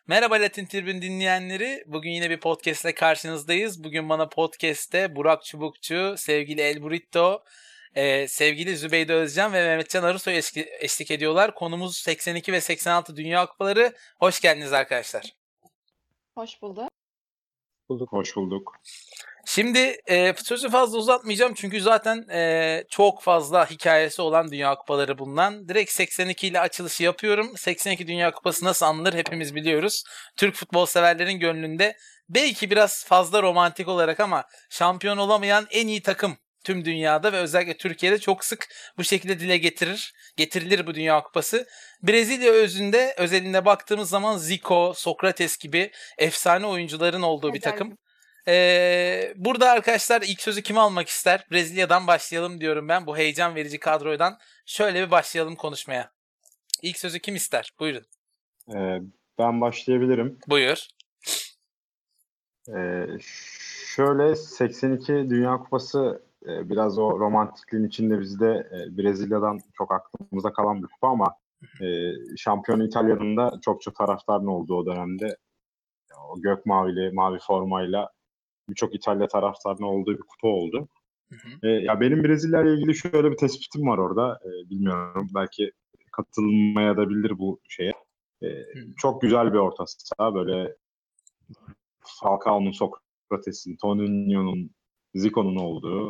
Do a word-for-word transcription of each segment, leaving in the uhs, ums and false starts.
Merhaba Latin Tribün dinleyenleri. Bugün yine bir podcast ile karşınızdayız. Bugün bana podcast'te Burak Çubukçu, sevgili El Burrito, e, sevgili Zübeyde Özcan ve Mehmetcan Arısoy eşlik, eşlik ediyorlar. Konumuz seksen iki ve seksen altı Dünya Kupaları. Hoş geldiniz arkadaşlar. Hoş bulduk. Bulduk, hoş bulduk. Şimdi e, sözü fazla uzatmayacağım çünkü zaten e, çok fazla hikayesi olan Dünya Kupaları bulunan. Direkt seksen iki ile açılışı yapıyorum. seksen iki Dünya Kupası nasıl anılır hepimiz biliyoruz. Türk futbol severlerin gönlünde belki biraz fazla romantik olarak ama şampiyon olamayan en iyi takım tüm dünyada ve özellikle Türkiye'de çok sık bu şekilde dile getirir, getirilir bu Dünya Kupası. Brezilya özünde, özelinde baktığımız zaman Zico, Sokrates gibi efsane oyuncuların olduğu bir takım. Ee, burada arkadaşlar ilk sözü kim almak ister? Brezilya'dan başlayalım diyorum ben. Bu heyecan verici kadrodan şöyle bir başlayalım konuşmaya. İlk sözü kim ister? Buyurun. Ee, ben başlayabilirim. Buyur. Ee, şöyle seksen iki Dünya Kupası e, biraz o romantikliğin içinde bizde e, Brezilya'dan çok aklımıza kalan bir kupa ama e, şampiyon İtalya'nın da çokça taraftarın olduğu o dönemde o gök mavili, mavi formayla birçok İtalya taraftarının olduğu bir kupa oldu. Hı hı. E, ya benim Brezilya ile ilgili şöyle bir tespitim var orada. E, bilmiyorum, belki katılmaya da bilir bu şeye. E, çok güzel bir orta saha, böyle Falcao'nun, Sokrates'in, Tonino'nun, Zico'nun olduğu,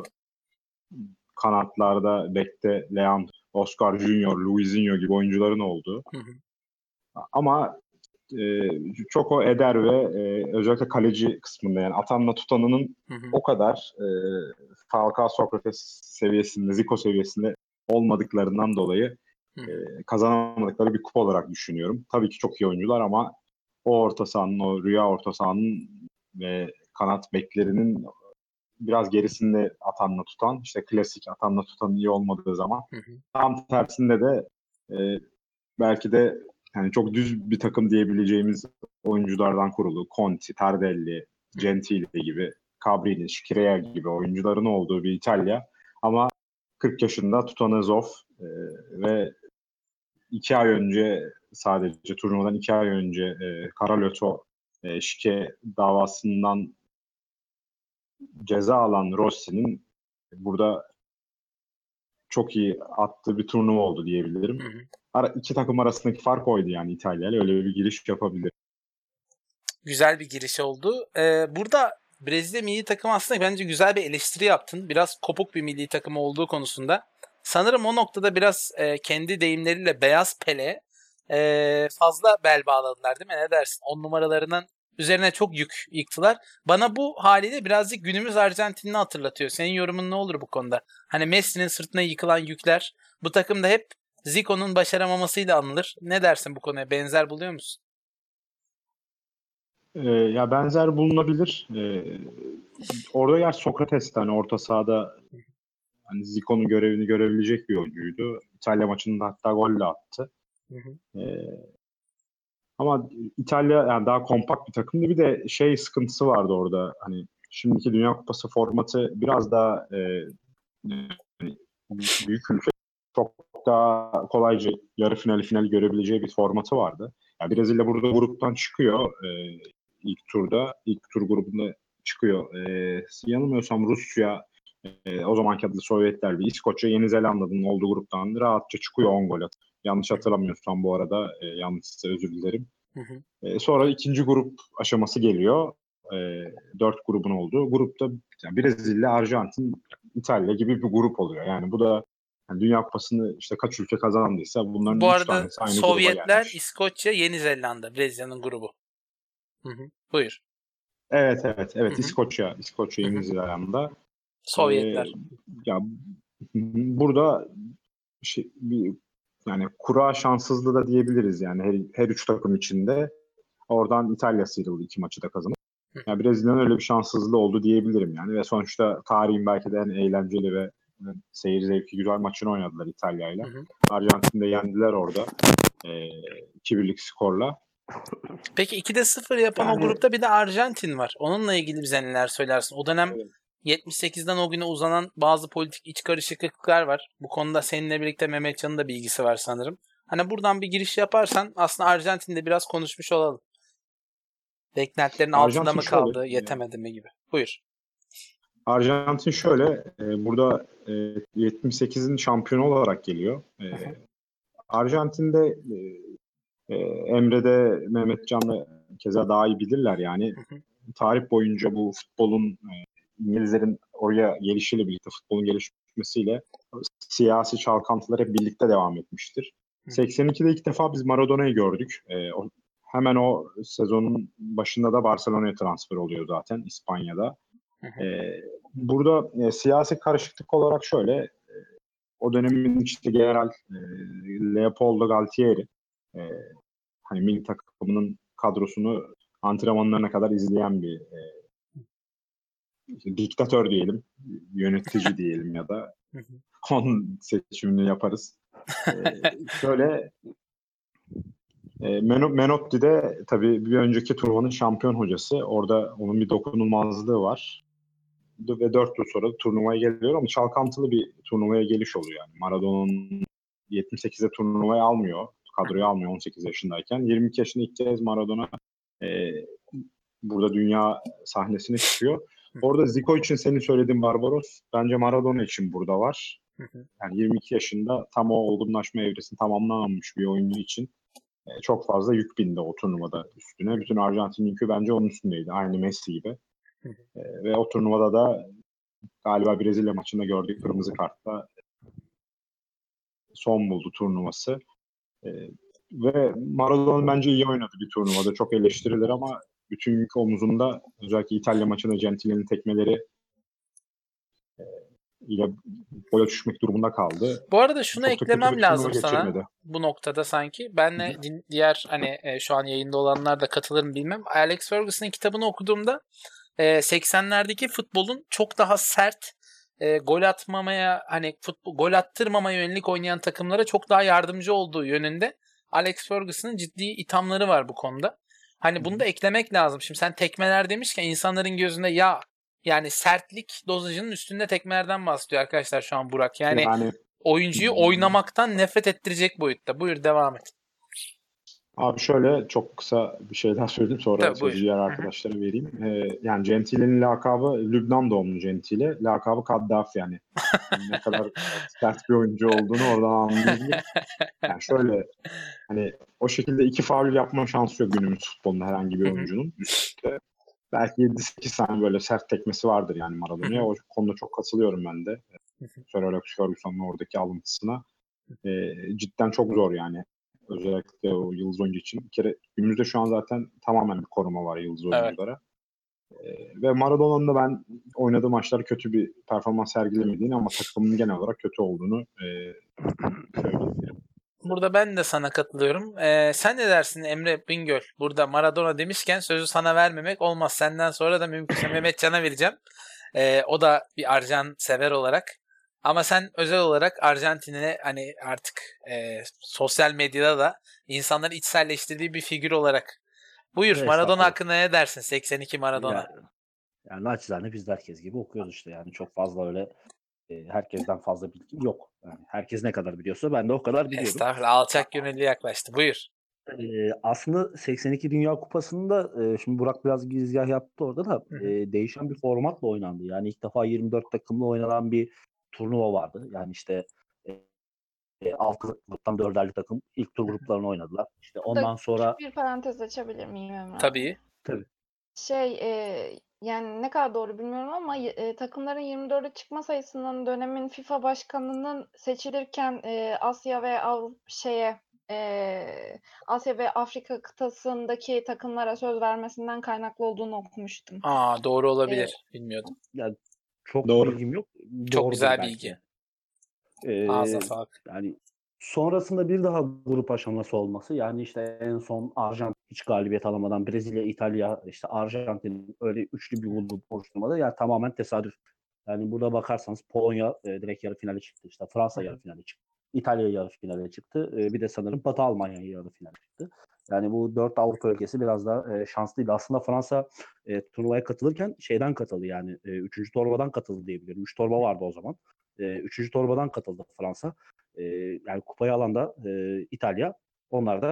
kanatlarda bekte Leandro, Oscar Junior, Luizinho gibi oyuncuların olduğu. Hı hı. Ama e, çok o eder ve e, özellikle kaleci kısmında, yani atanla tutanının Hı hı. o kadar e, Falcao, Sokrates seviyesinde, Zico seviyesinde olmadıklarından dolayı e, kazanamadıkları bir kupa olarak düşünüyorum. Tabii ki çok iyi oyuncular ama o orta sahanın, o rüya orta sahanın ve kanat beklerinin biraz gerisinde atanla tutan, işte klasik atanla tutan iyi olmadığı zaman, Hı hı. tam tersinde de e, belki de yani çok düz bir takım diyebileceğimiz oyunculardan kurulu. Conti, Tardelli, Gentili gibi, Cabrini, Scirea gibi oyuncuların olduğu bir İtalya. Ama kırk yaşında Tutanezov e, ve iki ay önce, sadece turnuvadan iki ay önce e, Karalöto e, şike davasından ceza alan Rossi'nin burada çok iyi attığı bir turnuva oldu diyebilirim. Hı hı. Ara, iki takım arasındaki fark oydu, yani İtalya ile öyle bir giriş yapabilir. Güzel bir giriş oldu. Ee, burada Brezilya milli takımı aslında bence güzel bir eleştiri yaptın. Biraz kopuk bir milli takım olduğu konusunda. Sanırım o noktada biraz e, kendi deyimleriyle beyaz Pele e, fazla bel bağladılar değil mi? Ne dersin? On numaralarının üzerine çok yük yıktılar. Bana bu haliyle birazcık günümüz Arjantin'i hatırlatıyor. Senin yorumun ne olur bu konuda? Hani Messi'nin sırtına yıkılan yükler bu takımda hep Zico'nun başaramamasıyla anılır. Ne dersin bu konuya? Benzer buluyor musun? Ee, ya benzer bulunabilir. Ee, orada yer Sokrates'te, hani orta sahada hani Zico'nun görevini görebilecek bir oyuncuydu. İtalya maçında hatta gol de attı. Hı hı. Ee, ama İtalya yani daha kompakt bir takımdı. Bir de şey sıkıntısı vardı orada. Hani şimdiki Dünya Kupası formatı biraz daha e, yani büyük ülke çok daha kolayca yarı finali finali görebileceği bir formatı vardı. Yani Brezilya burada gruptan çıkıyor e, ilk turda. İlk tur grubunda çıkıyor. E, yanılmıyorsam Rusya, e, o zamanki adı Sovyetler Birliği, İskoçya, Yeni Zelanda'nın olduğu gruptan rahatça çıkıyor on gol atıp. Yanlış hatırlamıyorsam bu arada, e, yanlışsa özür dilerim. Hı hı. E, sonra ikinci grup aşaması geliyor. E, dört grubun olduğu grupta yani Brezilya, Arjantin, İtalya gibi bir grup oluyor. Yani bu da yani Dünya Kupası'nı işte kaç ülke kazandıysa bunların Bu üç arada tanesi aynı gruba Sovyetler, gelmiş. İskoçya, Yeni Zelanda, Brezilya'nın grubu. Hı hı. Buyur. Evet, evet, Hı evet, hı. İskoçya, İskoçya, Hı Yeni hı. Zelanda. E, Sovyetler. ya burada şey, bir yani kura şanssızlığı da diyebiliriz, yani her, her üç takım içinde. Oradan İtalya sıyrıldı, iki maçı da kazanıp. Hı hı. Yani Brezilya'nın öyle bir şanssızlığı oldu diyebilirim yani. Ve sonuçta tarihin belki de en eğlenceli ve seyir zevki güzel maçını oynadılar İtalya'yla. Hı hı. Arjantin'de yendiler orada. E, iki birlik skorla. Peki ikide sıfır yapan o Yani grupta bir de Arjantin var. Onunla ilgili bize neler söylersin? O dönem evet. yetmiş sekizden o güne uzanan bazı politik iç karışıklıklar var. Bu konuda seninle birlikte Mehmetcan'ın da bilgisi var sanırım. Hani buradan bir giriş yaparsan aslında Arjantin'de biraz konuşmuş olalım. Beklentilerin altında Arjantin mı şöyle, kaldı, e, yetemedi mi gibi. Buyur. Arjantin şöyle, e, burada e, yetmiş sekizin şampiyonu olarak geliyor. E, Hı hı. Arjantin'de e, e, Emre'de, Mehmetcan ve keza daha iyi bilirler yani. Hı hı. Tarih boyunca bu futbolun e, İngilizlerin oraya gelişiyle birlikte futbolun gelişmesiyle siyasi çalkantılar hep birlikte devam etmiştir. Hı hı. seksen ikide ilk defa biz Maradona'yı gördük. E, o, hemen o sezonun başında da Barcelona'ya transfer oluyor zaten İspanya'da. Hı hı. E, burada e, siyasi karışıklık olarak şöyle, e, o dönemin işte General e, Leopoldo Galtieri, e, hani milli takımının kadrosunu antrenmanlarına kadar izleyen bir e, işte diktatör diyelim, yönetici diyelim ya da Hı hı. onun seçimini yaparız. E, şöyle e, Menotti de tabii bir önceki turnuvanın şampiyon hocası. Orada onun bir dokunulmazlığı var. Ve dört yıl sonra da turnuvaya geliyor ama çalkantılı bir turnuvaya geliş oluyor yani. Maradona'nın yetmiş sekizde turnuvaya almıyor. Hı Kadroyu hı. almıyor on sekiz yaşındayken. yirmi iki yaşında ilk kez Maradona e, burada dünya sahnesine çıkıyor. Hı hı. Orada Zico için senin söylediğin Barbaros bence Maradona için burada var. Hı hı. Yani yirmi iki yaşında tam o olgunlaşma evresini tamamlamamış bir oyuncu için e, çok fazla yük bindi o turnuvada üstüne. Bütün Arjantin yükü bence onun üstündeydi. Aynı Messi gibi. Hı hı. E, ve o turnuvada da galiba Brezilya maçında gördüğü kırmızı kartla son buldu turnuvası. E, ve Maradona bence iyi oynadı bir turnuvada. Çok eleştirilir ama bütün yük omuzunda. Özellikle İtalya maçında Gentile'nin tekmeleri ile gole düşmek durumunda kaldı. Bu arada şunu Çok da kötü eklemem bir turnuva lazım sana geçirmedi. bu noktada sanki. Hı hı. Benle din- diğer hani e, şu an yayında olanlar da katılır mı bilmem. Alex Ferguson'ın kitabını okuduğumda e, seksenlerdeki futbolun çok daha sert, e, gol atmamaya hani futbol gol attırmamaya yönelik oynayan takımlara çok daha yardımcı olduğu yönünde Alex Ferguson'ın ciddi ithamları var bu konuda. Hani bunu da eklemek lazım. Şimdi sen tekmeler demişken insanların gözünde ya yani sertlik dozajının üstünde tekmelerden bahsediyor arkadaşlar şu an Burak. Yani Yani oyuncuyu oynamaktan nefret ettirecek boyutta. Buyur devam et. abi şöyle çok kısa bir şey daha söyleyeyim sonra Tabii sözü buyur. diğer Hı hı. arkadaşlara vereyim. Ee, yani Gentile'nin lakabı Lübnan doğumlu Gentile. Lakabı Kaddafi yani. Ne kadar sert bir oyuncu olduğunu oradan anlayabiliriz. Yani şöyle hani o şekilde iki faul yapma şansı yok günümüz futbolunda herhangi bir Hı hı. oyuncunun üst üste. Belki yedi sekiz tane böyle sert tekmesi vardır yani Hı Maradona'ya. hı. O konuda çok katılıyorum ben de. Hı hı. Sir Alex Ferguson'un oradaki alıntısına. Ee, cidden çok zor yani. Özellikle o yıldız oyuncu için. Bir kere günümüzde şu an zaten tamamen bir koruma var yıldız Evet. oyunculara. Ee, ve Maradona'nın da ben oynadığı maçlar kötü bir performans sergilemediğini ama takımın genel olarak kötü olduğunu e, söyleyebilirim. Burada ben de sana katılıyorum. Ee, sen ne dersin Emre Bingöl? Burada Maradona demişken sözü sana vermemek olmaz. Senden sonra da mümkünse Mehmetcan'a vereceğim. Ee, o da bir Arjan sever olarak. Ama sen özel olarak Arjantin'e hani artık e, sosyal medyada da insanların içselleştirdiği bir figür olarak. Buyur Maradona Estağfurullah. hakkında ne dersin? seksen iki Maradona. Ya, yani naçizane biz de herkes gibi okuyoruz işte yani çok fazla öyle e, herkesten fazla bilgim yok. Yani herkes ne kadar biliyorsa ben de o kadar biliyorum. Estağfurullah alçak gönüllü yaklaştı. Buyur. E, aslında seksen iki Dünya Kupası'nda e, şimdi Burak biraz girizgah yaptı orada da Hı hı. e, değişen bir formatla oynandı. Yani ilk defa yirmi dört takımla oynanan bir turnuva vardı. Yani işte e, e, altı gruptan dörderli takım ilk tur gruplarını oynadılar. İşte Burada ondan küçük sonra bir parantez açabilir miyim Emre abi? Tabii. tabii Şey, e, yani ne kadar doğru bilmiyorum ama y- e, takımların yirmi dörde çıkma sayısının dönemin FIFA başkanının seçilirken e, Asya ve Av şeye e, Asya ve Afrika kıtasındaki takımlara söz vermesinden kaynaklı olduğunu okumuştum. Aa doğru E, olabilir. Bilmiyordum. yani çok Doğru. bilgim yok. Çok Doğrudur güzel belki bilgi. de. Ağzına Ee, sağlık. yani sonrasında bir daha grup aşaması olması yani işte en son Arjantin hiç galibiyet alamadan Brezilya, İtalya, işte Arjantin öyle üçlü bir grup oluşturmadı. Yani tamamen tesadüf. Yani burada bakarsanız Polonya e, direkt yarı finale çıktı. İşte Hı Fransa yarı hı. finale çıktı. İtalya yarı finale çıktı. E, bir de sanırım Batı Almanya yarı finale çıktı. Yani bu dört Avrupa ülkesi biraz da e, şanslıydı. Aslında Fransa e, turnuvaya katılırken şeyden katıldı yani e, üçüncü torbadan katıldı diyebilirim. Üç torba vardı o zaman. E, üçüncü torbadan katıldı Fransa. E, yani kupayı alan da e, İtalya. Onlar da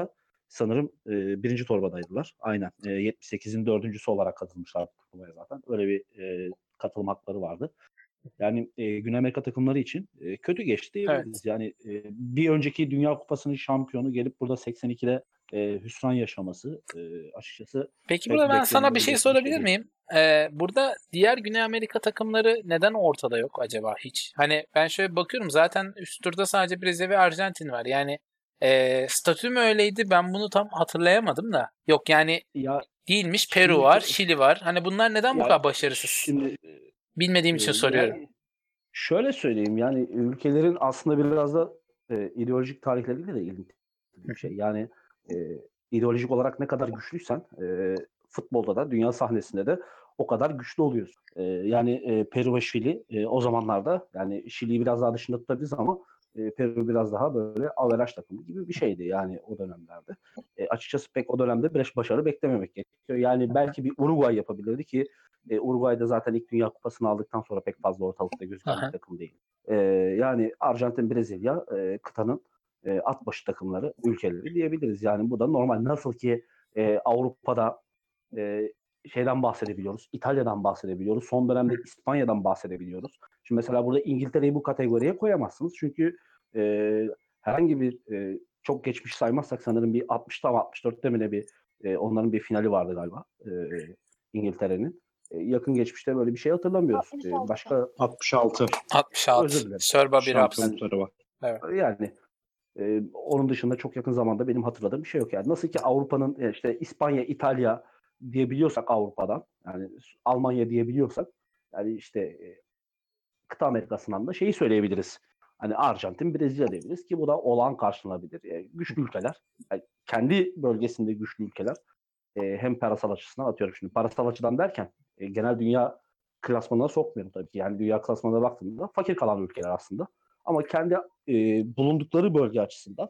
sanırım e, birinci torbadaydılar. Aynen. E, yetmiş sekizin dördüncüsü olarak katılmışlar turnuvaya zaten. Öyle bir e, katılım hakları vardı. Yani e, Güney Amerika takımları için e, kötü geçti diyebiliriz. Evet. Yani e, bir önceki Dünya Kupası'nın şampiyonu gelip burada seksen ikide e, hüsran yaşaması e, açıkçası Peki pek burada ben sana bir şey beklenilebilecek bir şey sorabilir değil. miyim? Ee, burada diğer Güney Amerika takımları neden ortada yok acaba hiç? Hani ben şöyle bir bakıyorum zaten üst turda sadece Brezilya ve Arjantin var. Yani e, statü mü öyleydi ben bunu tam hatırlayamadım da. Yok yani Ya değilmiş, Peru şimdi var, şö- Şili var. Hani bunlar neden bu ya kadar başarısız? şimdi Bilmediğim e, için soruyorum. yani şöyle söyleyeyim, yani ülkelerin aslında biraz da e, ideolojik tarihleriyle de ilgili bir şey. Yani e, ideolojik olarak ne kadar güçlüysen e, futbolda da dünya sahnesinde de o kadar güçlü oluyorsun. E, yani e, Peru ve Şili e, o zamanlarda, yani Şili'yi biraz daha dışında tutabiliriz ama e, Peru biraz daha böyle averaj takımı gibi bir şeydi yani o dönemlerde. E, açıkçası pek o dönemde bir başarı beklememek gerekiyor. Yani belki bir Uruguay yapabilirdi ki e, Uruguay'da zaten ilk Dünya Kupası'nı aldıktan sonra pek fazla ortalıkta gözüken bir Aha. takım değil. E, yani Arjantin, Brezilya e, kıtanın e, at başı takımları, ülkeleri diyebiliriz. Yani bu da normal. Nasıl ki e, Avrupa'da e, şeyden bahsedebiliyoruz, İtalya'dan bahsedebiliyoruz, son dönemde İspanya'dan bahsedebiliyoruz. Şimdi mesela burada İngiltere'yi bu kategoriye koyamazsınız. Çünkü e, herhangi bir e, çok geçmiş saymazsak sanırım bir altmışta altmış dörtte mi ne bir e, onların bir finali vardı galiba e, İngiltere'nin. E, yakın geçmişte böyle bir şey hatırlamıyoruz. E, altmış altı. başka altmış altı altmış altı. özür dilerim. Sörba bir Raps. şampiyonlukları var. Evet. Yani e, onun dışında çok yakın zamanda benim hatırladığım bir şey yok. Yani nasıl ki Avrupa'nın e, işte İspanya, İtalya diyebiliyorsak Avrupa'dan, yani Almanya diyebiliyorsak, yani işte e, kıta Amerika'sından da şeyi söyleyebiliriz. Hani Arjantin, Brezilya diyebiliriz ki bu da olağan karşılanabilir. E, güçlü ülkeler. Yani kendi bölgesinde güçlü ülkeler. E, hem parasal açısından, atıyorum şimdi parasal açıdan derken e, genel dünya klasmanına sokmuyorum tabii ki. Yani dünya klasmanına baktığımda fakir kalan ülkeler aslında. Ama kendi e, bulundukları bölge açısından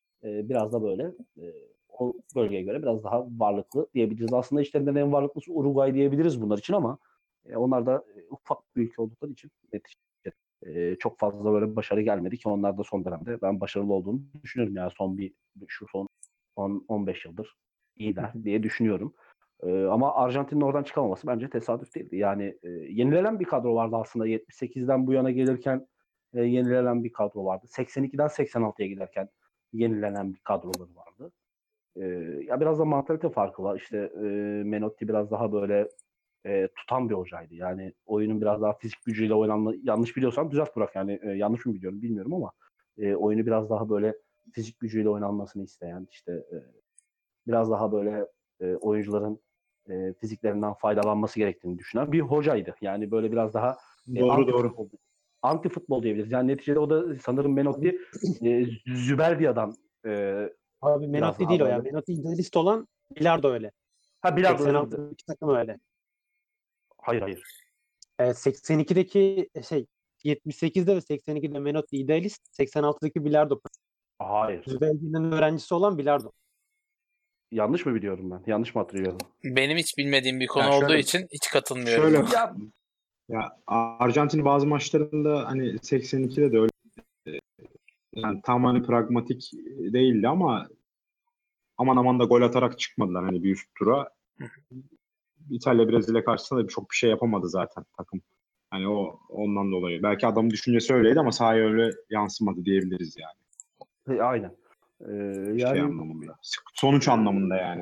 e, biraz da böyle e, o bölgeye göre biraz daha varlıklı diyebiliriz. Aslında işlerinden en varlıklısı Uruguay diyebiliriz bunlar için ama e, onlar da e, ufak bir ülke oldukları için neticede e, çok fazla böyle başarı gelmedi ki onlar da son dönemde ben başarılı olduğunu düşünüyorum. Yani son bir şu son on on beş yıldır iyiler diye düşünüyorum. E, ama Arjantin'in oradan çıkamaması bence tesadüf değildi. Yani e, yenilenen bir kadro vardı aslında. yetmiş sekizden bu yana gelirken e, yenilenen bir kadro vardı. seksen ikiden seksen altıya giderken yenilenen bir kadroları vardı. E, ya biraz da mantalite farkı var. İşte e, Menotti biraz daha böyle e, tutan bir hocaydı. Yani oyunun biraz daha fizik gücüyle oynanma, yanlış biliyorsam düzelt bırak. Yani e, yanlış mı biliyorum bilmiyorum ama e, oyunu biraz daha böyle fizik gücüyle oynanmasını isteyen, işte e, biraz daha böyle e, oyuncuların e, fiziklerinden faydalanması gerektiğini düşünen bir hocaydı. Yani böyle biraz daha e, Doğru anti doğru. futbol anti futbol diyebiliriz. Yani neticede o da sanırım Menotti e, züber bir adam. E, Abi biraz Menotti daha değil o ya. böyle. Menotti idealist olan Bilardo öyle. Ha Bilardo, özür dilerim. seksen altıdaki takım öyle. Hayır hayır. Evet, seksen ikideki şey yetmiş sekizde ve seksen ikide Menotti idealist, seksen altıdaki Bilardo. Hayır. Zübeyir'in öğrencisi olan Bilardo. Yanlış mı biliyorum ben? Yanlış mı hatırlıyorum? Benim hiç bilmediğim bir konu Ya şöyle- olduğu için hiç katılmıyorum. Şöyle Ya ya Arjantin bazı maçlarında hani seksen ikide de öyle yani tam hani pragmatik değildi ama aman aman da gol atarak çıkmadılar hani bir üst tura. İtalya Brezilya karşısında da çok bir şey yapamadı zaten takım. Hani o ondan dolayı. Belki adamın düşüncesi öyleydi ama sahaya öyle yansımadı diyebiliriz yani. e, aynen. E, Şey yani anlamında. Sonuç anlamında yani.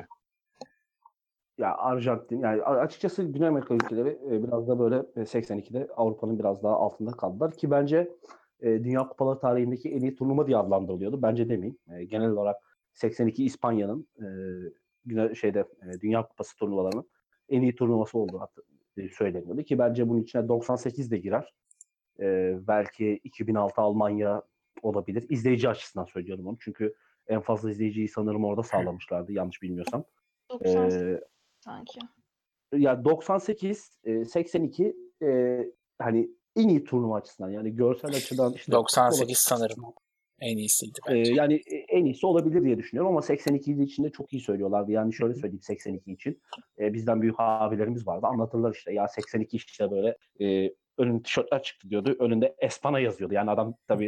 ya Arjantin, yani a- açıkçası Güney Amerika ülkeleri e, biraz da böyle e, seksen ikide Avrupa'nın biraz daha altında kaldılar ki bence e, Dünya Kupaları tarihindeki en iyi turnuva diye adlandırılıyordu. Bence demeyeyim. E, genel olarak seksen iki İspanya'nın e, Güney şeyde e, Dünya Kupası turnuvalarının en iyi turnuvası olduğu hat- e, söyleniyordu ki bence bunun içine doksan sekiz de girer. E, belki iki bin altı Almanya olabilir. İzleyici açısından söylüyorum onu. Çünkü en fazla izleyiciyi sanırım orada sağlamışlardı yanlış bilmiyorsam. doksan E, sanki. ya doksan sekiz, e, seksen iki e, hani en iyi turnuva açısından, yani görsel açıdan, işte doksan futbol sekiz sanırım en iyisiydi e, bence. yani en iyisi olabilir diye düşünüyorum ama seksen iki için de çok iyi söylüyorlardı. Yani şöyle söyleyeyim, seksen iki için e, bizden büyük abilerimiz vardı. Anlatırlar işte, ya seksen iki işte böyle e, önün tişörtler çıktı diyordu. Önünde Espana yazıyordu. Yani adam tabii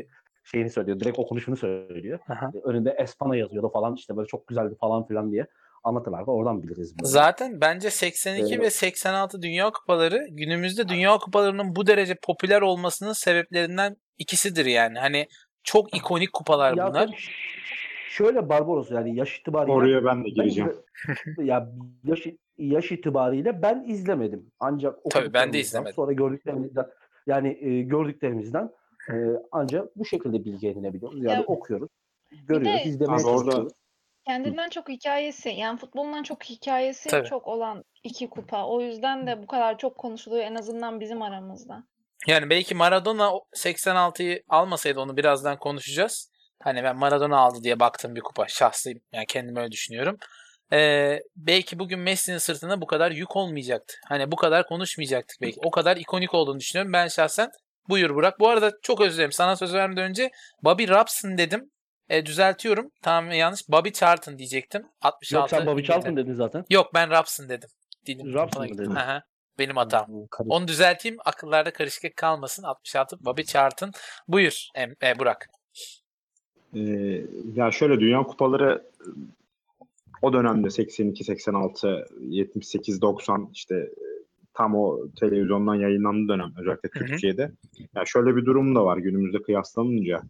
şeyini söylüyor. Direkt okunuşunu söylüyor. Aha. Önünde Espana yazıyordu falan, işte böyle çok güzeldi falan filan diye anlatırlardı. Oradan biliriz böyle. Zaten bence seksen iki Ee, ve seksen altı Dünya Kupaları günümüzde Dünya Kupalarının bu derece popüler olmasının sebeplerinden ikisidir yani. Hani çok ikonik kupalar Ya bunlar. tabii ş- şöyle Barbaros, yani yaş itibariyle Oraya ben de ben gireceğim. izle, ya yaş, yaş itibariyle ben izlemedim. Ancak Tabii ben de okuduklarımızdan, izlemedim. sonra gördüklerimizden, yani e, gördüklerimizden e, ancak bu şekilde bilgi edinebiliyoruz. Yani Ya okuyoruz, bir görüyoruz, de izlemeye Abi orada çalışıyoruz. kendinden çok hikayesi, yani futbolundan çok hikayesi Tabii. çok olan iki kupa. O yüzden de bu kadar çok konuşuluyor, en azından bizim aramızda. Yani belki Maradona o seksen altıyı almasaydı, onu birazdan konuşacağız. Hani ben Maradona aldı diye baktığım bir kupa, şahsıyım. Yani kendim öyle düşünüyorum. Ee, belki bugün Messi'nin sırtına bu kadar yük olmayacaktı. Hani bu kadar konuşmayacaktık belki. O kadar ikonik olduğunu düşünüyorum ben şahsen. Buyur Burak. Bu arada çok özür dilerim. Sana söz vermeden önce Bobby Robson dedim. E, düzeltiyorum. Tamam, yanlış. Bobby Charlton diyecektim. altmış Yok, altı sen Bobby İngiltere. Charlton dedin zaten. Yok, ben Robson dedim. Dilim Robson tutana mı gitti. dedin? Aha, benim hatam. Karı- Onu düzelteyim. Akıllarda karışıklık kalmasın. altmış altı Bobby Charlton. Buyur em, e, Burak. e, ya şöyle Dünya Kupaları o dönemde seksen iki, seksen altı, yetmiş sekiz, doksan işte e, tam o televizyondan yayınlandığı dönem özellikle Hı hı. Türkiye'de. Ya şöyle bir durum da var günümüzde kıyaslanınca.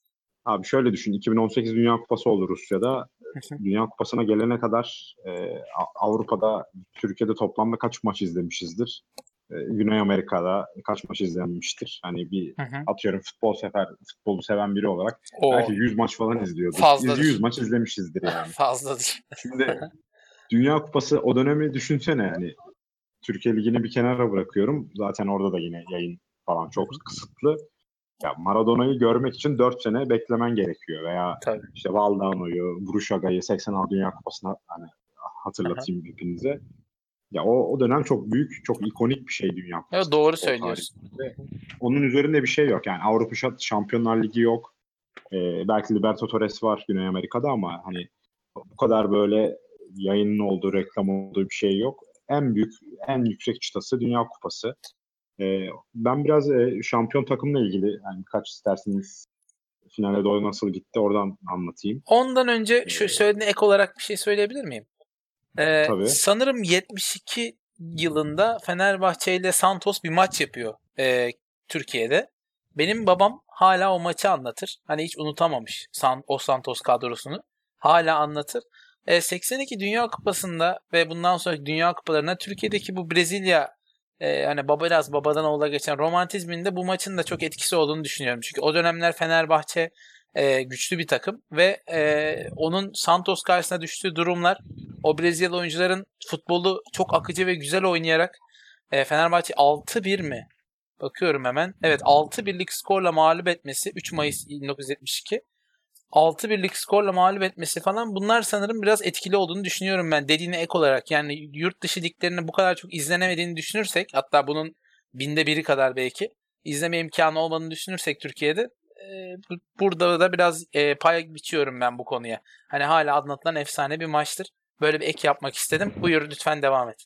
Abi şöyle düşün, iki bin on sekiz Dünya Kupası oldu Rusya'da. Dünya Kupası'na gelene kadar e, A- Avrupa'da, Türkiye'de toplamda kaç maç izlemişizdir? E, Güney Amerika'da kaç maç izlenmiştir? Hani bir Hı hı. atıyorum futbol sever, futbolu seven biri olarak O belki yüz maç falan izliyordur. fazladır. yüz maç izlemişizdir yani. Fazladır. Şimdi Dünya Kupası o dönemi düşünsene, yani Türkiye Ligi'ni bir kenara bırakıyorum. Zaten orada da yine yayın falan çok kısıtlı. Ya Maradona'yı görmek için dört sene beklemen gerekiyor veya Tabii. işte Valdano'yu, Bruşaga'yı seksen altı Dünya Kupası'na hani Aha. hatırlatayım hepinize. Ya o, o dönem çok büyük, çok ikonik bir şey Dünya Ya Kupası doğru futbol söylüyorsun. tarihinde. Onun üzerinde bir şey yok. Yani Avrupa Şa- Şampiyonlar Ligi yok. Ee, belki Libertadores var Güney Amerika'da ama hani bu kadar böyle yayının olduğu, reklam olduğu bir şey yok. En büyük, en yüksek çıtası Dünya Kupası. Ee, ben biraz e, şampiyon takımla ilgili, yani birkaç isterseniz finale doğru nasıl gitti oradan anlatayım. Ondan önce şu Ee, söylediğine ek olarak bir şey söyleyebilir miyim? Ee, tabii. sanırım yetmiş iki yılında Fenerbahçe ile Santos bir maç yapıyor e, Türkiye'de. Benim babam hala o maçı anlatır. Hani hiç unutamamış San, o Santos kadrosunu. Hala anlatır. E, seksen iki Dünya Kupası'nda ve bundan sonraki Dünya Kupalarına Türkiye'deki bu Brezilya e, hani baba biraz babadan oğula geçen romantizminde bu maçın da çok etkisi olduğunu düşünüyorum. Çünkü o dönemler Fenerbahçe e, güçlü bir takım ve e, onun Santos karşısına düştüğü durumlar, o Brezilyalı oyuncuların futbolu çok akıcı ve güzel oynayarak e, Fenerbahçe altı bir mi? Bakıyorum hemen. Evet, altı birlik skorla mağlup etmesi üç Mayıs bin dokuz yüz yetmiş iki. altı birlik skorla mağlup etmesi falan, bunlar sanırım biraz etkili olduğunu düşünüyorum ben. Dediğine ek olarak, yani yurt dışı liglerinin bu kadar çok izlenemediğini düşünürsek, hatta bunun binde biri kadar belki izleme imkanı olmadığını düşünürsek Türkiye'de, e, bu- burada da biraz e, pay biçiyorum ben bu konuya. Hani hala anlatılan efsane bir maçtır. Böyle bir ek yapmak istedim. Buyur, lütfen devam et.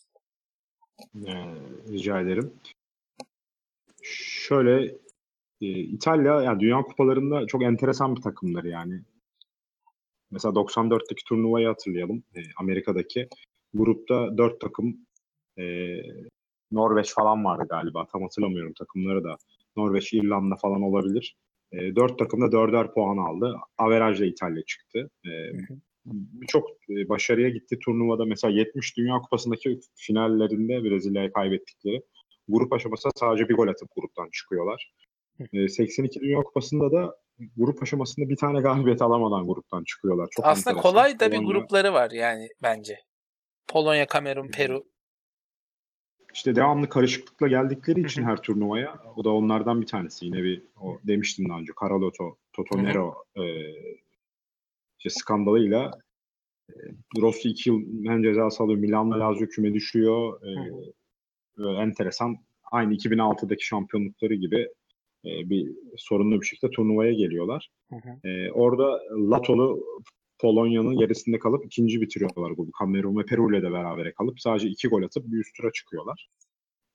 Ee, rica ederim. Şöyle e, İtalya yani Dünya Kupalarında çok enteresan bir takımdır yani. Mesela doksan dörtteki turnuvayı hatırlayalım. E, Amerika'daki grupta dört takım, e, Norveç falan vardı galiba. Tam hatırlamıyorum takımları da. Norveç, İrlanda falan olabilir. E, dört takım da dörder puan aldı. Averajla İtalya çıktı. E, Birçok e, başarıya gitti turnuvada. Mesela yetmiş Dünya Kupası'ndaki finallerinde Brezilya'ya kaybettikleri grup aşamasında sadece bir gol atıp gruptan çıkıyorlar. E, seksen iki Dünya Kupası'nda da grup aşamasında bir tane galibiyet alamadan gruptan çıkıyorlar. Çok Aslında enteresan. kolay da bir Polonya, grupları var yani bence. Polonya, Kamerun, Peru. işte devamlı karışıklıkla geldikleri için Hı hı. her turnuvaya, o da onlardan bir tanesi. Yine bir o demiştim daha önce, Carloto, Toto Nero e, işte skandalıyla e, Rossi iki yıl men cezası alıyor. Milan'la Lazio küme düşüyor. E, böyle enteresan. Aynı iki bin altıdaki şampiyonlukları gibi e, bir sorunlu bir şekilde turnuvaya geliyorlar. Hı hı. E, orada Latolu Polonya'nın gerisinde kalıp ikinci bitiriyorlar grubu. Kamerun ve Peru ile de berabere kalıp sadece iki gol atıp bir üst tura çıkıyorlar.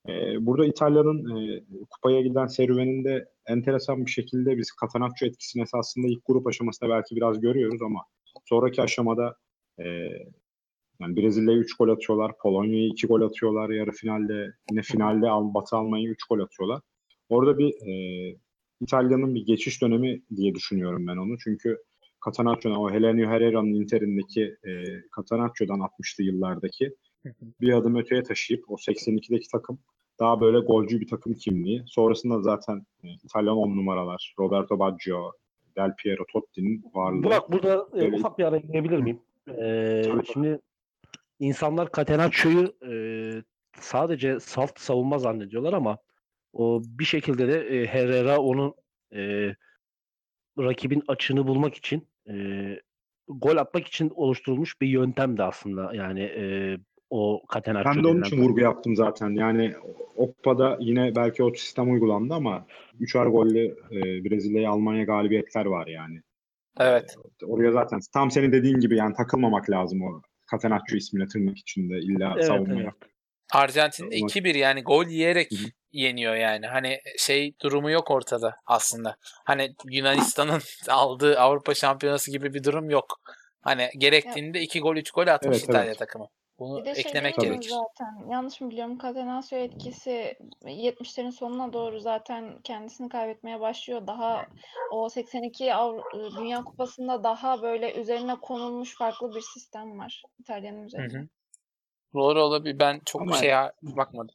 Ee, burada İtalya'nın e, kupaya giden serüveninde enteresan bir şekilde biz Catenaccio etkisini esasında ilk grup aşamasında belki biraz görüyoruz ama sonraki aşamada e, yani Brezilya'ya üç gol atıyorlar, Polonya'ya iki gol atıyorlar yarı finalde, yine finalde Al- Batı Almanya'ya üç gol atıyorlar. Orada bir e, İtalya'nın bir geçiş dönemi diye düşünüyorum ben onu. Çünkü Catenaccio'dan, o Helenio Herrera'nın Inter'indeki e, Catenaccio'dan altmışlı yıllardaki bir adım öteye taşıyıp o seksen ikideki takım daha böyle golcü bir takım kimliği. Sonrasında zaten e, İtalyan on numaralar Roberto Baggio, Del Piero Totti'nin varlığı. Burak burada e, Böyle- ufak bir araya girebilir miyim? Ee, Tabii. şimdi insanlar Catenaccio'yu e, sadece salt savunma zannediyorlar ama o bir şekilde de e, Herrera onun e, rakibin açığını bulmak için e, gol atmak için oluşturulmuş bir yöntemdi aslında. Yani e, o Catenaccio Ben de onun denilen için takım. vurgu yaptım zaten. Yani Oppa'da yine belki o sistem uygulandı ama üçer gollü e, Brezilya'ya Almanya galibiyetler var yani. Evet. E, oraya zaten tam senin dediğin gibi yani takılmamak lazım o Catenaccio ismine tırnak içinde illa Evet, savunmaya. evet. Arjantin'de Ama- iki bir yani gol yiyerek Hı hı. yeniyor yani. Hani şey durumu yok ortada aslında. Hani Yunanistan'ın aldığı Avrupa Şampiyonası gibi bir durum yok. Hani gerektiğinde iki gol üç gol atmış Evet, İtalya evet. takımı. Bunu Bir de şey eklemek değil mi gerekir. zaten? Yanlış mı biliyorum? Catenaccio etkisi yetmişlerin sonuna doğru zaten kendisini kaybetmeye başlıyor. Daha o seksen iki Avru- Dünya Kupası'nda daha böyle üzerine konulmuş farklı bir sistem var İtalya'nın Hı üzerine. hı. Doğru olabilir. Ben çok Ama şey bakmadım.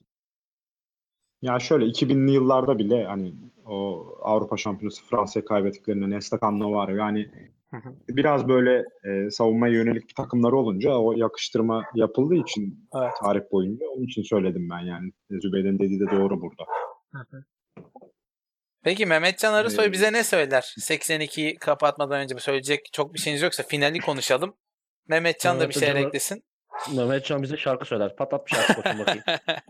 ya şöyle iki binli yıllarda bile hani o Avrupa Şampiyonası Fransa'ya kaybettiklerinde Nesta Cannavaro yani Hı hı. biraz böyle e, savunmaya yönelik bir takımları olunca o yakıştırma yapıldığı için Evet. tarih boyunca onun için söyledim ben yani. Zübeyir'in dediği de doğru burada. Hı hı. Peki Mehmetcan Arısoy Ee, bize ne söyler? seksen ikiyi kapatmadan önce söyleyecek çok bir şeyiniz yoksa finali konuşalım. Mehmetcan da bir şeyler Mehmetcan- eklesin. Mehmetcan bize şarkı söyler. Patlat bir şarkı koçum bakayım.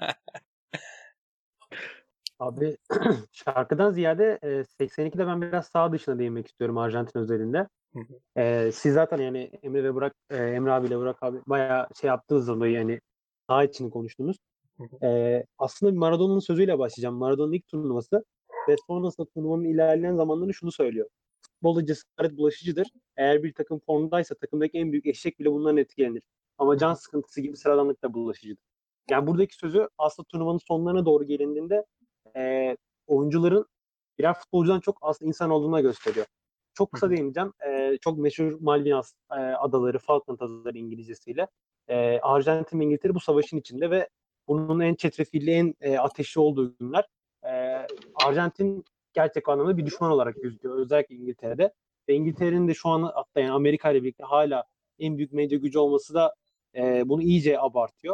Abi şarkıdan ziyade e, seksen ikide ben biraz sağ dışına değinmek istiyorum Arjantin özelinde. Hı hı. E, siz zaten yani Emre ve Burak, e, Emre abiyle Burak abi bayağı şey yaptınız da yani sağ içini konuştunuz. Hı hı. E, aslında Maradona'nın sözüyle başlayacağım. Maradona'nın ilk turnuvası ve sonrasında turnuvanın ilerleyen zamanları şunu söylüyor. Futbolda cesaret bulaşıcıdır. Eğer bir takım formdaysa takımdaki en büyük eşek bile bundan etkilenir. Ama can sıkıntısı gibi sıradanlık da bulaşıcıdır. Yani buradaki sözü aslında turnuvanın sonlarına doğru gelindiğinde e, oyuncuların birer futbolcudan çok aslında insan olduğuna gösteriyor. Çok Hı kısa hı. değineceğim. E, çok meşhur Malvinas e, adaları, Falkland adaları İngilizcesiyle. E, Arjantin ve İngiltere bu savaşın içinde ve bunun en çetrefilli, en e, ateşli olduğu günler. E, Arjantin gerçek anlamda bir düşman olarak gözüküyor. Özellikle İngiltere'de. Ve İngiltere'nin de şu an hatta yani Amerika ile birlikte hala en büyük medya gücü olması da e, bunu iyice abartıyor.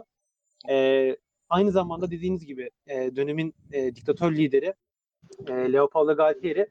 E, aynı zamanda dediğiniz gibi e, dönemin e, diktatör lideri e, Leopoldo Galtieri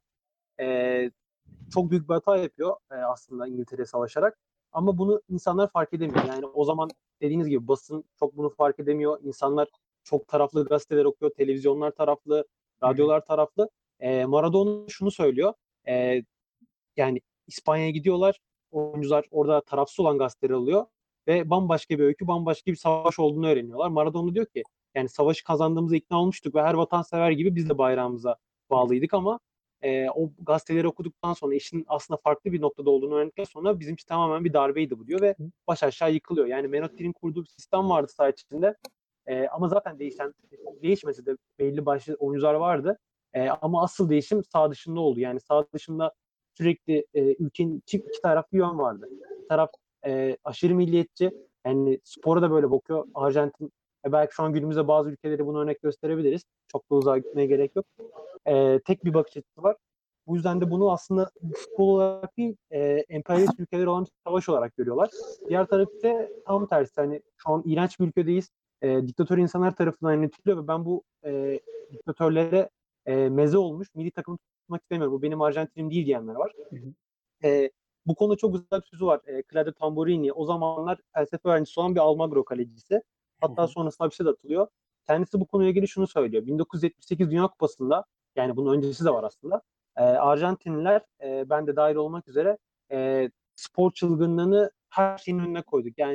e, çok büyük bir hata yapıyor e, aslında İngiltere'ye savaşarak. Ama bunu insanlar fark edemiyor. Yani o zaman dediğiniz gibi basın çok bunu fark edemiyor. İnsanlar çok taraflı gazeteler okuyor, televizyonlar taraflı, Hı hı. radyolar taraflı. E, Maradona şunu söylüyor. E, yani İspanya'ya gidiyorlar. Oyuncular orada tarafsız olan gazeteleri alıyor. Ve bambaşka bir öykü, bambaşka bir savaş olduğunu öğreniyorlar. Maradona diyor ki yani savaşı kazandığımıza ikna olmuştuk ve her vatansever gibi biz de bayrağımıza bağlıydık ama e, o gazeteleri okuduktan sonra işin aslında farklı bir noktada olduğunu öğrendikten sonra bizim için tamamen bir darbeydi bu diyor ve baş aşağı yıkılıyor. Yani Menotti'nin kurduğu bir sistem vardı saha içinde. E, ama zaten değişen, değişmesi de belli başlı oyuncular vardı. E, ama asıl değişim sağ dışında oldu. Yani sağ dışında sürekli e, ülkenin çift iki taraflı yön vardı. Bir taraf e, aşırı milliyetçi. Yani spora da böyle bakıyor. Arjantin e, belki şu an günümüzde bazı ülkeleri bunu örnek gösterebiliriz. Çok da uzağa gitmeye gerek yok. E, tek bir bakış açısı var. Bu yüzden de bunu aslında futbol olarak değil, e, emperyalist ülkeler olan bir savaş olarak görüyorlar. Diğer taraf ise tam tersi. Hani şu an iğrenç bir ülkedeyiz. E, diktatör insanlar tarafından yönetiliyor ve ben bu e, diktatörlere e, meze olmuş milli takımı tutmak istemiyorum. Bu benim Arjantin'im değil diyenler var. Hı hı. E, bu konuda çok güzel bir sözü var. E, Claudio Tamburini o zamanlar felsefe öğrencisi olan bir Almagro kalecisi. Hatta sonrasında bir şey de atılıyor. Kendisi bu konuyla ilgili şunu söylüyor. bin dokuz yüz yetmiş sekiz Dünya Kupası'nda yani bunun öncesi de var aslında. E, Arjantinliler e, ben de dahil olmak üzere e, spor çılgınlığını her şeyin önüne koyduk. Yani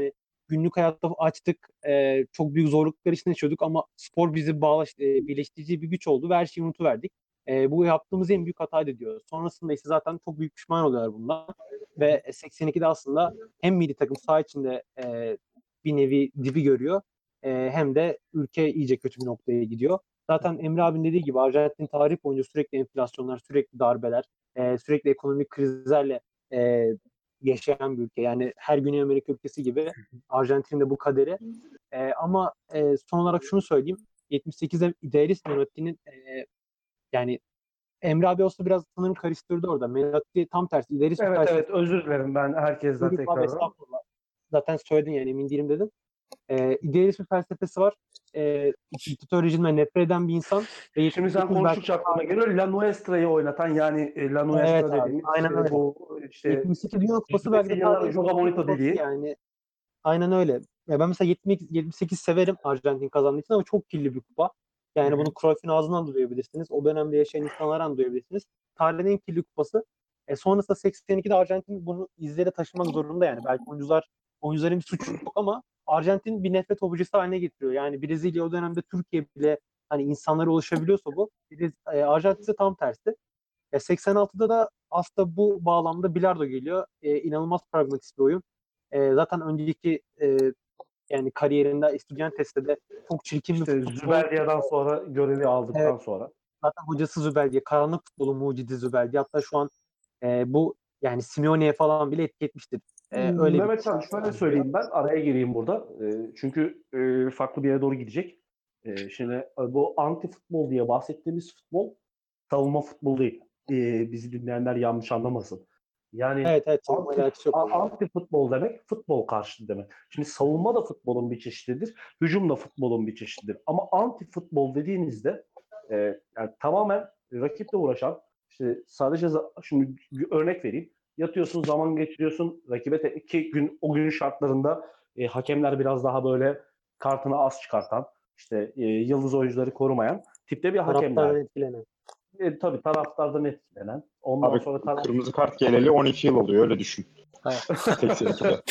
günlük hayatta açtık. E, çok büyük zorluklar içinde yaşıyorduk ama spor bizi bağlaş, e, birleştirici bir güç oldu ve her şeyi unutuverdik. E, bu yaptığımız en büyük hataydı diyor. Sonrasında ise zaten çok büyük pişman oluyorlar bundan. Ve seksen ikide aslında hem milli takım saha içinde e, bir nevi dibi görüyor. E, hem de ülke iyice kötü bir noktaya gidiyor. Zaten Emre abinin dediği gibi Arjantin tarih boyunca sürekli enflasyonlar, sürekli darbeler, e, sürekli ekonomik krizlerle e, yaşayan bir ülke. Yani her Güney Amerika ülkesi gibi Arjantin'in de bu kaderi. E, ama e, son olarak şunu söyleyeyim. yetmiş sekizde idealist Menotti'nin e, yani Emre abi olsa biraz sanırım karıştırdı orada. Menotti tam tersi idealist bir Evet felsefe. evet özür dilerim ben herkesten Buyur abi, tekrardan. estağfurullah. Zaten söyledin yani emin değilim dedin. E, idealist bir felsefesi var. E, diktatör rejimden nefret eden bir insan. Ve Şimdi sen yetmiş dokuz konuştukça belki- aklıma geliyor. La Nuestra'yı oynatan yani e, La Nuestra Evet abi, dediğimiz aynen işte öyle. bu işte yetmiş sekiz Dünya Kupası belki de yılların tarihin Joga en büyük Bonito kupası dediği. yani. Aynen öyle. Ya ben mesela yetmiş, yetmiş sekiz severim Arjantin kazandığı için ama çok kirli bir kupa. Yani Hı hı. bunu Cruyff'un ağzından duyabilirsiniz. O dönemde yaşayan insanlardan duyabilirsiniz. Tarihin en kirli kupası. E sonrasında seksen ikide Arjantin bunu izlere taşımak zorunda yani. Belki oyuncular oyuncuların bir suçu yok ama Arjantin bir nefret objesi haline getiriyor. Yani Brezilya o dönemde Türkiye bile hani insanlara ulaşabiliyorsa bu. Brez- e, Arjantin ise tam tersi. E, seksen altıda da aslında bu bağlamda bilardo geliyor. E, inanılmaz pragmatist bir oyun. E, zaten önceki e, yani kariyerinde Estudiantes'te de çok çirkin bir İşte futbol. Zübeldiye'den sonra görevi Evet, aldıktan sonra. zaten hocası Zübeldiye. Karanlık futbolun mucidi Zübeldiye. Hatta şu an e, bu yani Simeone'ye falan bile etki etmiştir. E, öyle bir Mehmetcan şöyle söyleyeyim ben araya gireyim burada. E, çünkü e, farklı bir yere doğru gidecek. E, şimdi e, bu anti futbol diye bahsettiğimiz futbol savunma futbol değil. E, bizi dinleyenler yanlış anlamasın. Yani Evet evet. anti, Savunmayla alakası yok a- onun. anti futbol demek futbol karşıtı demek. Şimdi savunma da futbolun bir çeşididir. Hücum da futbolun bir çeşididir. Ama anti futbol dediğinizde e, yani tamamen rakiple uğraşan işte sadece za- şimdi bir örnek vereyim. Yatıyorsun, zaman geçiriyorsun. Rakibe te- iki gün o günün şartlarında e, hakemler biraz daha böyle kartını az çıkartan, işte e, yıldız oyuncuları korumayan tipte bir hakemler. Taraftardan etkilenen. E, tabii taraftardan etkilenen. Ondan Abi sonra taraf kırmızı kart geleli on iki yıl oluyor öyle düşün. Evet. seksen ikide.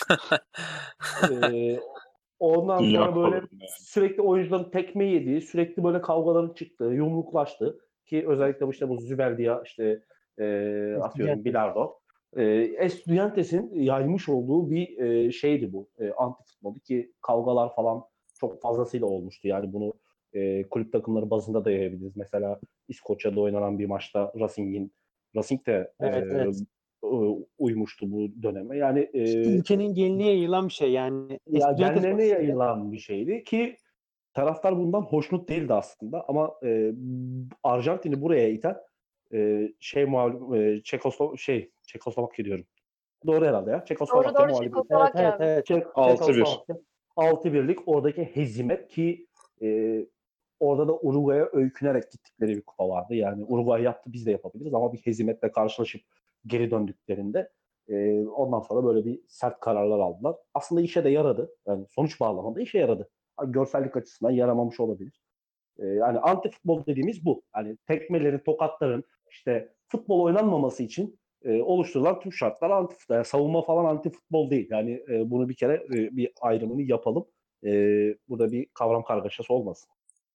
e, ondan Dünya sonra böyle kupalarında yani. sürekli oyuncuların tekme yediği, sürekli böyle kavgaların çıktığı, yumruklaştığı ki özellikle bu işte bu Zübeldia işte e, atıyorum Estudiantes. Bilardo. E, Estudiantes'in yaymış olduğu bir e, şeydi bu. E, anti futbolu ki kavgalar falan çok fazlasıyla olmuştu. Yani bunu e, kulüp takımları bazında da yayabiliriz. Mesela İskoçya'da oynanan bir maçta Racing'in Racing de e, Evet evet. uymuştu bu döneme. Yani e, Ülkenin geneline yayılan bir şey yani. ya Estudiantes genlerine maçı yayılan bir şeydi ki taraftar bundan hoşnut değildi aslında ama e, Arjantin'i buraya iten e, şey malum e, Çekoslo şey Çekoslovakya diyorum. Doğru herhalde ya. Doğru Çekoslovakya doğru mağlubiyeti. Evet Çekoslovakya evet abi. evet. Çek, altı bir. Çekoslovakya altı birlik oradaki hezimet ki e, orada da Uruguay'a öykünerek gittikleri bir kupa vardı. Yani Uruguay yaptı biz de yapabiliriz ama bir hezimetle karşılaşıp geri döndüklerinde e, ondan sonra böyle bir sert kararlar aldılar. Aslında işe de yaradı. Yani sonuç bağlamında işe yaradı. Görsellik açısından yaramamış olabilir. E, yani anti futbol dediğimiz bu. Yani tekmelerin, tokatların işte futbol oynanmaması için e, oluşturulan tüm şartlar anti futbol. Yani savunma falan anti futbol değil. Yani e, bunu bir kere e, bir ayrımını yapalım. E, burada bir kavram kargaşası olmasın.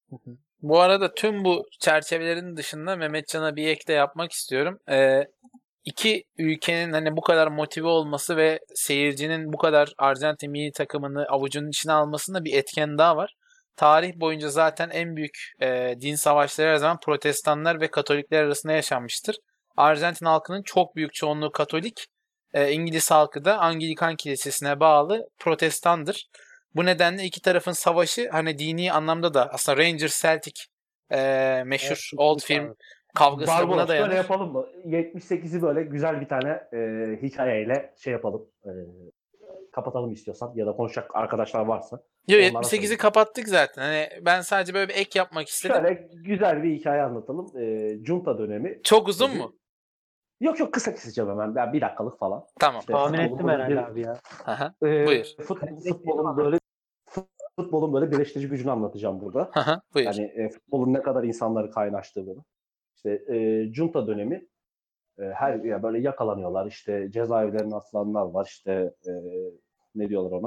Bu arada tüm bu çerçevelerin dışında Mehmetcan'a bir ek de yapmak istiyorum. Ee, iki ülkenin hani bu kadar motive olması ve seyircinin bu kadar Arjantin milli takımını avucunun içine almasında bir etken daha var. Tarih boyunca zaten en büyük e, din savaşları her zaman Protestanlar ve Katolikler arasında yaşanmıştır. Arjantin halkının çok büyük çoğunluğu Katolik, e, İngiliz halkı da Anglikan Kilisesi'ne bağlı Protestandır. Bu nedenle iki tarafın savaşı hani dini anlamda da aslında Rangers Celtic e, meşhur Evet, Old Firm abi. kavgası da buna Barbaros böyle dayanır. yapalım mı? yetmiş sekizi böyle güzel bir tane e, hikayeyle şey yapalım. E, kapatalım istiyorsan ya da konuşacak arkadaşlar varsa. Yo, Onlara yetmiş sekizi söyleyeyim. kapattık zaten. Hani ben sadece böyle bir ek yapmak istedim. Şöyle güzel bir hikaye anlatalım. E, Junta dönemi Çok uzun dedi. mu? Yok yok kısa keseceğim hemen. Yani bir dakikalık falan. Tamam. İşte Tahmin futbolun ettim böyle herhalde bir abi ya. Aha, e, buyur. fut- futbolun böyle futbolun böyle birleştirici gücünü anlatacağım burada. Aha, buyur. Yani e, futbolun ne kadar insanları kaynaştırdığını. İşte e, Junta dönemi e, her ya böyle yakalanıyorlar. İşte cezaevlerine atılanlar var. İşte e, ne diyorlar ona?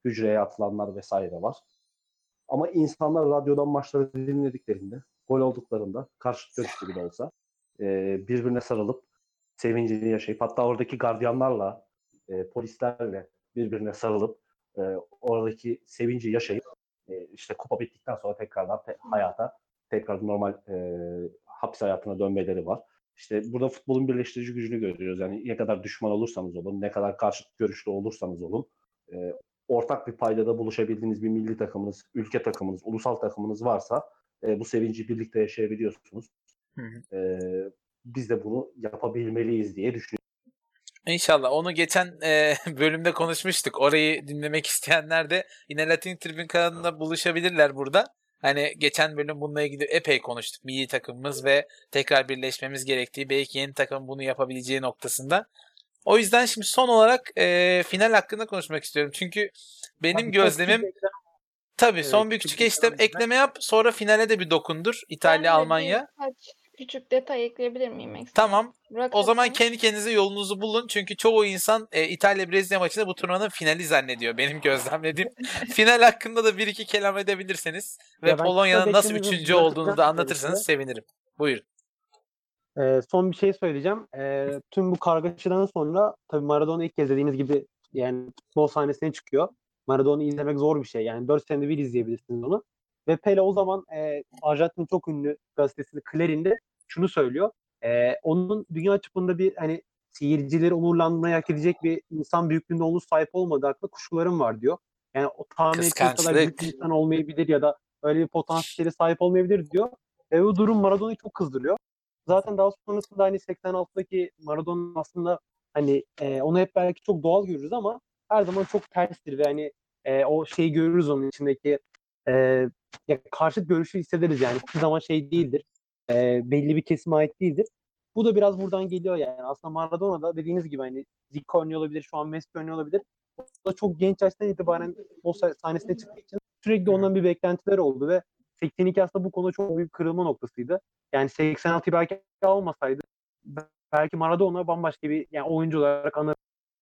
hücreye atılanlar vesaire var. Ama insanlar radyodan maçları dinlediklerinde, gol olduklarında, karşıt görüşlü bile olsa e, birbirine sarılıp sevincini yaşayıp, hatta oradaki gardiyanlarla, e, polislerle birbirine sarılıp e, oradaki sevinci yaşayıp e, işte kupa bittikten sonra tekrardan te- hayata, tekrar normal e, hapis hayatına dönmeleri var. İşte burada futbolun birleştirici gücünü görüyoruz. Yani ne kadar düşman olursanız olun, ne kadar karşıt görüşlü olursanız olun, e, ortak bir paydada buluşabildiğiniz bir milli takımınız, ülke takımınız, ulusal takımınız varsa e, bu sevinci birlikte yaşayabiliyorsunuz. Hı hı. E, biz de bunu yapabilmeliyiz diye düşünüyorum. İnşallah. Onu geçen e, bölümde konuşmuştuk. Orayı dinlemek isteyenler de yine Latin Tribün kanalında buluşabilirler burada. Hani geçen bölüm bununla ilgili epey konuştuk. Milli takımımız ve tekrar birleşmemiz gerektiği, belki yeni takım bunu yapabileceği noktasında. O yüzden şimdi son olarak e, final hakkında konuşmak istiyorum. Çünkü benim Abi, gözlemim çok küçük tabii Evet, son bir küçük küçük bir eklem, ekleme. ekleme yap, sonra finale de bir dokundur. Ben İtalya, de Almanya. birkaç küçük detay ekleyebilir miyim ekstra? Tamam. O Rakibin zaman kendi kendinize yolunuzu bulun. Çünkü çoğu insan e, İtalya-Brezilya maçında bu turnuvanın finali zannediyor. Benim gözlemlediğim. Final hakkında da bir iki kelam edebilirseniz ve Ya ben kısa Polonya'nın bir nasıl ekleme üçüncü bırakacağım olduğunu da anlatırsanız öncelikle. sevinirim. Buyurun. Ee, son bir şey söyleyeceğim. Ee, tüm bu kargaşadan sonra tabii Maradona ilk kez dediğiniz gibi yani futbol sahnesine çıkıyor. Maradona'yı izlemek zor bir şey. Yani dört senede bir izleyebilirsiniz onu. Ve Pele o zaman e, Arjantin'in çok ünlü gazetesi Clarin'de şunu söylüyor. E, onun dünya çapında bir hani seyircileri onurlandırmaya hak edecek bir insan büyüklüğünde onun sahip olmadığı hakkında kuşkularım var diyor. Yani o tahmin ettiğiniz kadar büyük Kıskançlık. bir insan olmayabilir ya da öyle bir potansiyele sahip olmayabilir diyor. Ve bu durum Maradona'yı çok kızdırıyor. Zaten daha sonrasında hani seksen altıdaki Maradona aslında hani e, onu hep belki çok doğal görürüz ama her zaman çok terstir ve hani e, o şeyi görürüz onun içindeki e, ya karşıt görüşü hissederiz yani. Hiçbir zaman şey değildir. E, belli bir kesime ait değildir. Bu da biraz buradan geliyor yani. Aslında Maradona da dediğiniz gibi hani Zico oynuyor olabilir, şu an Messi oynuyor olabilir. O da çok genç yaştan itibaren o sahnesine çıktığı için sürekli ondan bir beklentiler oldu ve seksen iki aslında bu konuda çok büyük kırılma noktasıydı. Yani seksen altı belki olmasaydı belki Maradona bambaşka bir yani oyuncu olarak anı.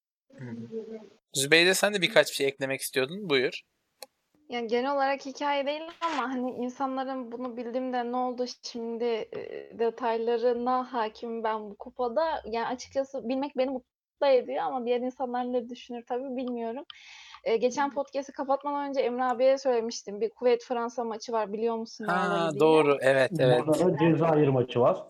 Zübeyde, sen de birkaç bir şey eklemek istiyordun. Buyur. Yani genel olarak hikaye değil ama hani insanların bunu bildiğimde ne oldu şimdi e, detaylarına hakimim ben bu kupada. Yani açıkçası bilmek beni mutlu ediyor ama diğer insanlar ne düşünür tabii bilmiyorum. E, geçen podcast'i kapatmadan önce Emre abiye söylemiştim. Bir Kuveyt-Fransa maçı var biliyor musun ne Ha, olayı diye. doğru. Evet, evet. Burada da Cezayir maçı var.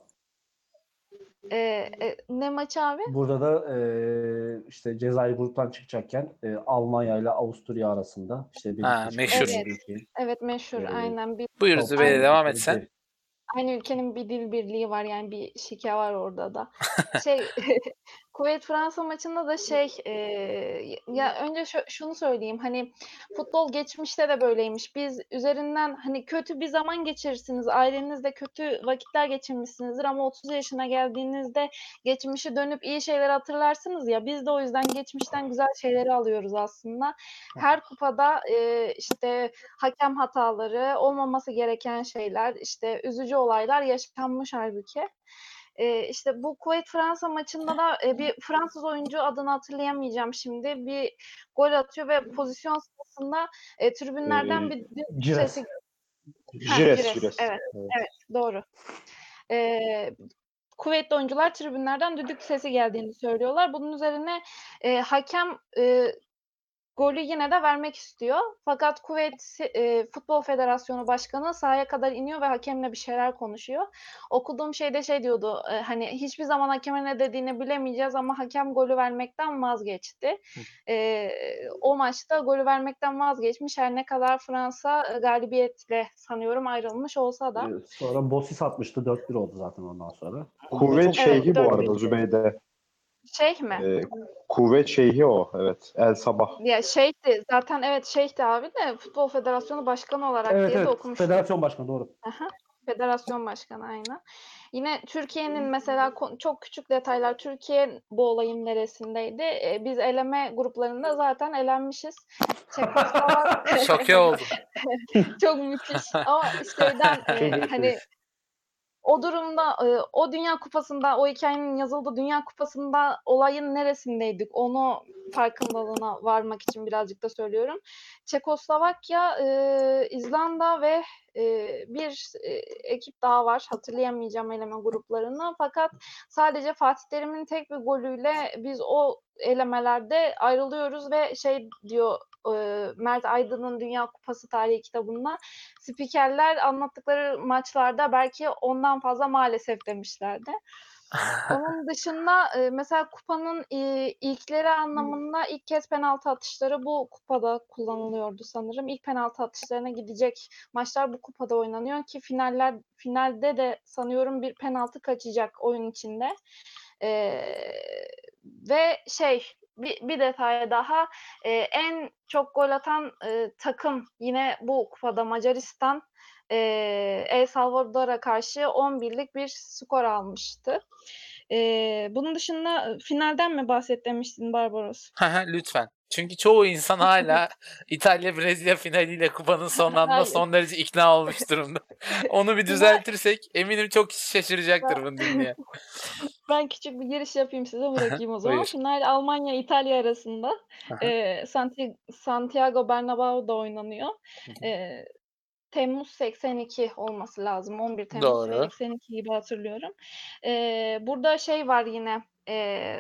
E, e, ne maçı abi? Burada da e, işte Cezayir gruptan çıkacakken e, Almanya ile Avusturya arasında işte Ha, birlikte meşhur. çıkabilen Evet. ülke. Evet meşhur E, aynen. Bir, Buyur çok Zübeyde, aynı, devam et sevdikleri sen. bir aynı ülkenin bir dil birliği var yani bir şike var orada da. Şey Kuveyt-Fransa maçında da şey e, ya önce şu, şunu söyleyeyim hani futbol geçmişte de böyleymiş. Biz üzerinden hani kötü bir zaman geçirirsiniz. Ailenizle kötü vakitler geçirmişsinizdir ama otuz yaşına geldiğinizde geçmişi dönüp iyi şeyler hatırlarsınız ya. Biz de o yüzden geçmişten güzel şeyleri alıyoruz aslında. Her kupada e, işte hakem hataları, olmaması gereken şeyler, işte üzücü olaylar yaşanmış halbuki. Ee, işte bu Kuveyt-Fransa maçında da e, bir Fransız oyuncu adını hatırlayamayacağım şimdi bir gol atıyor ve pozisyon sırasında e, tribünlerden Ee, bir düdük Cires. sesi. Ha, Jires, Jires. Jires. Evet, Evet. evet doğru. Ee, Kuveytli oyuncular tribünlerden düdük sesi geldiğini söylüyorlar. Bunun üzerine e, hakem e, golü yine de vermek istiyor. Fakat Kuveyt e, Futbol Federasyonu Başkanı sahaya kadar iniyor ve hakemle bir şeyler konuşuyor. Okuduğum şeyde şey diyordu, e, hani hiçbir zaman hakemin ne dediğini bilemeyeceğiz ama hakem golü vermekten vazgeçti. E, o maçta golü vermekten vazgeçmiş. Her ne kadar Fransa e, galibiyetle sanıyorum ayrılmış olsa da. E, sonra Bosis atmıştı. dört bir oldu zaten ondan sonra. Burada Kuvvet çok Evet, Şeyhi bu dört arada bir. Zübeyde. Şeyh mi? Ee, Kuvvet Şeyhi o. Evet. El Sabah. Ya şeyhti zaten evet şeyhti abi de Futbol Federasyonu Başkanı olarak Evet diye de evet. okumuştum. Federasyon başkanı doğru. Aha, Federasyon başkanı aynen. Yine Türkiye'nin mesela ko- çok küçük detaylar. Türkiye bu olayın neresindeydi? E, biz eleme gruplarında zaten elenmişiz. Çekoslovak Şoke oldum. çok müthiş. Ama şeyden e, Çok iyi. hani o durumda e, o Dünya Kupası'nda, o hikayenin yazıldığı Dünya Kupası'nda olayın neresindeydik? Onu farkındalığına varmak için birazcık da söylüyorum. Çekoslovakya, e, İzlanda ve e, bir e, ekip daha var. Hatırlayamayacağım eleme gruplarını. Fakat sadece Fatih Terim'in tek bir golüyle biz o elemelerde ayrılıyoruz ve şey diyor e, Mert Aydın'ın Dünya Kupası tarihi kitabında, spikerler anlattıkları maçlarda belki ondan fazla maalesef demişlerdi. Onun dışında e, mesela kupanın e, ilkleri anlamında ilk kez penaltı atışları bu kupada kullanılıyordu sanırım. İlk penaltı atışlarına gidecek maçlar bu kupada oynanıyor ki finaller finalde de sanıyorum bir penaltı kaçacak oyun içinde. E, ve şey bir, bir detay daha, e, en çok gol atan e, takım yine bu kupada Macaristan, e, El Salvador'a karşı on birlik bir skor almıştı. E, bunun dışında finalden mi bahset demiştin Barbaros? Lütfen. Çünkü çoğu insan hala İtalya-Brezilya finaliyle kupanın sonlandığına Hayır. son derece ikna olmuş durumda. Onu bir düzeltirsek eminim çok kişi şaşıracaktır bunu dinleyen. Ben küçük bir giriş yapayım size, bırakayım o zaman. Buyur. Final Almanya-İtalya arasında e, Santi- Santiago Bernabéu'da oynanıyor. E, Temmuz seksen iki olması lazım. on bir Temmuz Doğru. seksen iki gibi hatırlıyorum. E, burada şey var yine. E,